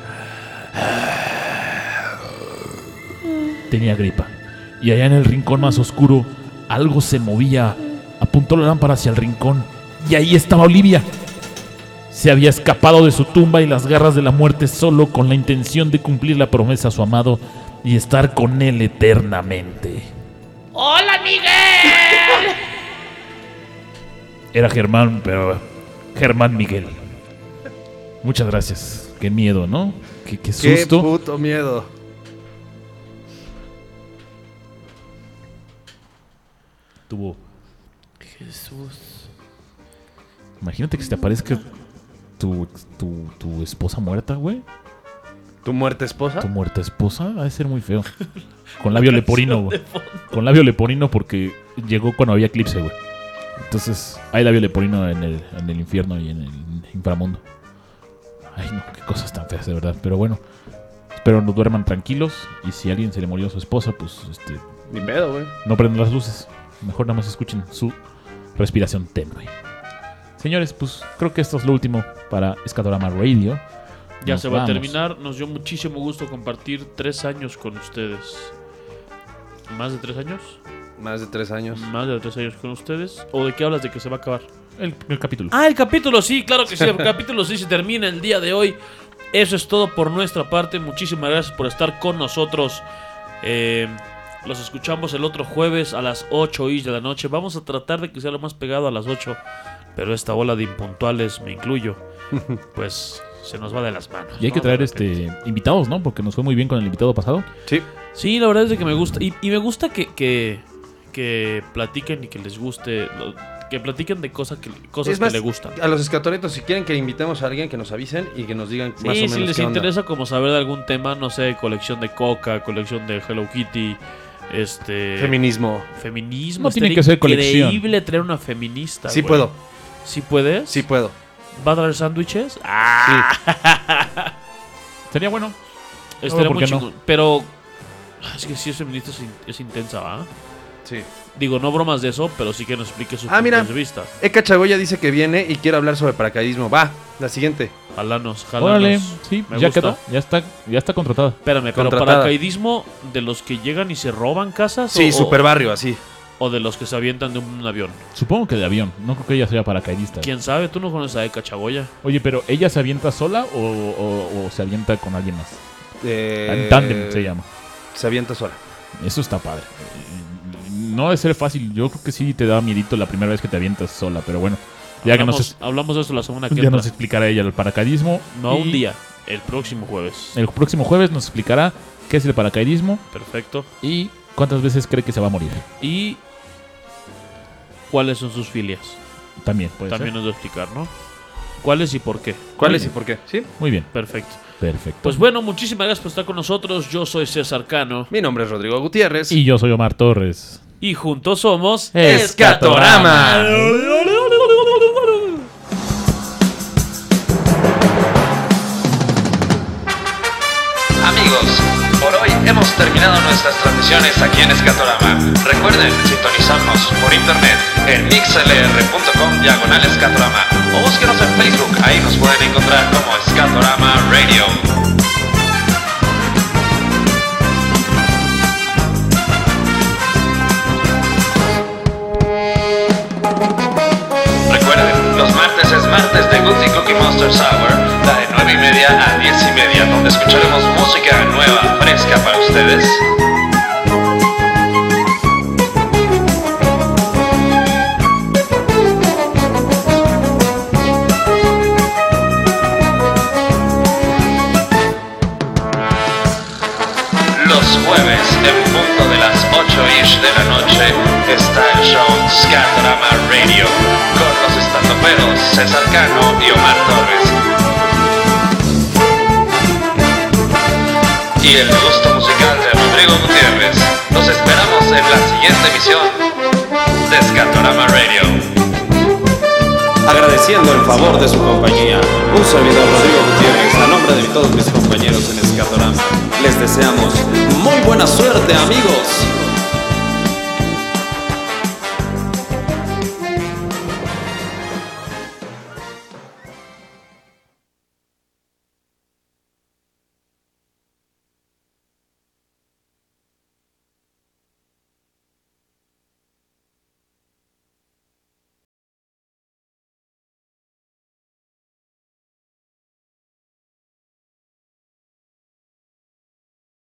Tenía gripa. Y allá en el rincón más oscuro, algo se movía. Apuntó la lámpara hacia el rincón. Y ahí estaba Olivia. Se había escapado de su tumba y las garras de la muerte solo con la intención de cumplir la promesa a su amado y estar con él eternamente. ¡Hola, Miguel! Era Germán, pero Germán Miguel. Muchas gracias. Qué miedo, ¿no? Qué, qué Qué susto. puto miedo. Tuvo. Jesús. Imagínate que se te aparezca tu, tu, tu esposa muerta, güey. ¿Tu muerta esposa? Tu muerta esposa ha de ser muy feo. Con labio leporino, güey. Con labio leporino porque llegó cuando había eclipse, güey. Entonces, hay labio leporino en el, en el infierno y en el inframundo. Ay, no, qué cosas tan feas, de verdad. Pero bueno, espero no duerman tranquilos. Y si a alguien se le murió a su esposa, pues este, Ni pedo, güey. no prendan las luces. Mejor nada más escuchen su respiración tenue. Señores, pues creo que esto es lo último para Skatorama Radio. Ya Nos se va vamos. a terminar. Nos dio muchísimo gusto compartir tres años con ustedes. ¿Más de tres años? Más de tres años. Más de tres años con ustedes. ¿O de qué hablas de que se va a acabar? El, el capítulo. Ah, el capítulo, sí, claro que sí. El capítulo sí se termina el día de hoy. Eso es todo por nuestra parte. Muchísimas gracias por estar con nosotros. Eh, los escuchamos el otro jueves a las ocho de la noche. Vamos a tratar de que sea lo más pegado a las ocho. Pero esta ola de impuntuales, me incluyo, pues se nos va de las manos. Y hay que ¿no? traer De repente. este invitados, ¿no? Porque nos fue muy bien con el invitado pasado. Sí. Sí, la verdad es de que me gusta. Y, y me gusta que, que, que platiquen y que les guste. lo- Que platiquen de cosas que, cosas Es más, que les gustan. A los escatoritos, si quieren que invitemos a alguien, que nos avisen y que nos digan Sí, más o menos si les qué onda. interesa como saber de algún tema, no sé, colección de Coca, colección de Hello Kitty, este... Feminismo. feminismo. No tiene Estaría que ser colección. increíble traer una feminista, Sí güey. puedo. ¿Sí puedes? Sí puedo. ¿Va a traer sándwiches? Sí. Sería bueno. Estaría ¿por muy qué no? chingón. Pero... Es que si es feminista es, in- es intensa, ¿va? Sí. Digo, no bromas de eso, pero sí que nos explique sus Ah, mira. puntos de vista. Eka Chagoya dice que viene y quiere hablar sobre paracaidismo. Va, la siguiente. Jalanos, jalanos. Órale, sí, Me ya gusta. quedó. Ya está, ya está contratada. Espérame, pero Contratada. paracaidismo de los que llegan y se roban casas Sí, o, super barrio, así. o de los que se avientan de un avión. Supongo que de avión. No creo que ella sea paracaidista. ¿Quién sabe? ¿Tú no conoces a Eka Chagoya? Oye, pero ¿ella se avienta sola o, o- o se avienta con alguien más? Eh, En tándem se llama. Se avienta sola. Eso está padre. No debe ser fácil. Yo creo que sí te da miedito la primera vez que te avientas sola. Pero bueno, ya que hablamos, nos, hablamos de eso la semana que ya entra. nos explicará ella el paracaidismo. No Y un día, el próximo jueves. El próximo jueves nos explicará qué es el paracaidismo Perfecto. y cuántas veces cree que se va a morir. ¿Y cuáles son sus filias? También puede También ser. nos va a explicar, ¿no? ¿Cuáles y por qué? ¿Cuál Muy es y bien. por qué? ¿Sí? Muy bien. Perfecto. Perfecto. Pues bueno, muchísimas gracias por estar con nosotros. Yo soy César Cano. Mi nombre es Rodrigo Gutiérrez. Y yo soy Omar Torres. Y juntos somos... Escatorama. Amigos, por hoy hemos terminado nuestras transmisiones aquí en Escatorama. Recuerden sintonizarnos por internet en mixlr.com diagonal Escatorama o búsquenos en Facebook, ahí nos pueden encontrar como Escatorama Radio. Recuerden, los martes es martes de Gutsy Cookie Monster Sour, la de nueve y media a diez y media, donde escucharemos música nueva, fresca para ustedes. Los jueves, en punto de las ocho ish de la noche, está el show Skatorama Radio, con los estandoperos César Cano y Omar Torres. Y el gusto musical de Rodrigo Rodrigo Gutiérrez. Los esperamos en la siguiente emisión de Skatorama Radio. Agradeciendo el favor de su compañía, un servidor Rodrigo Gutiérrez, a nombre de todos mis compañeros en Skatorama, les deseamos muy buena suerte, amigos.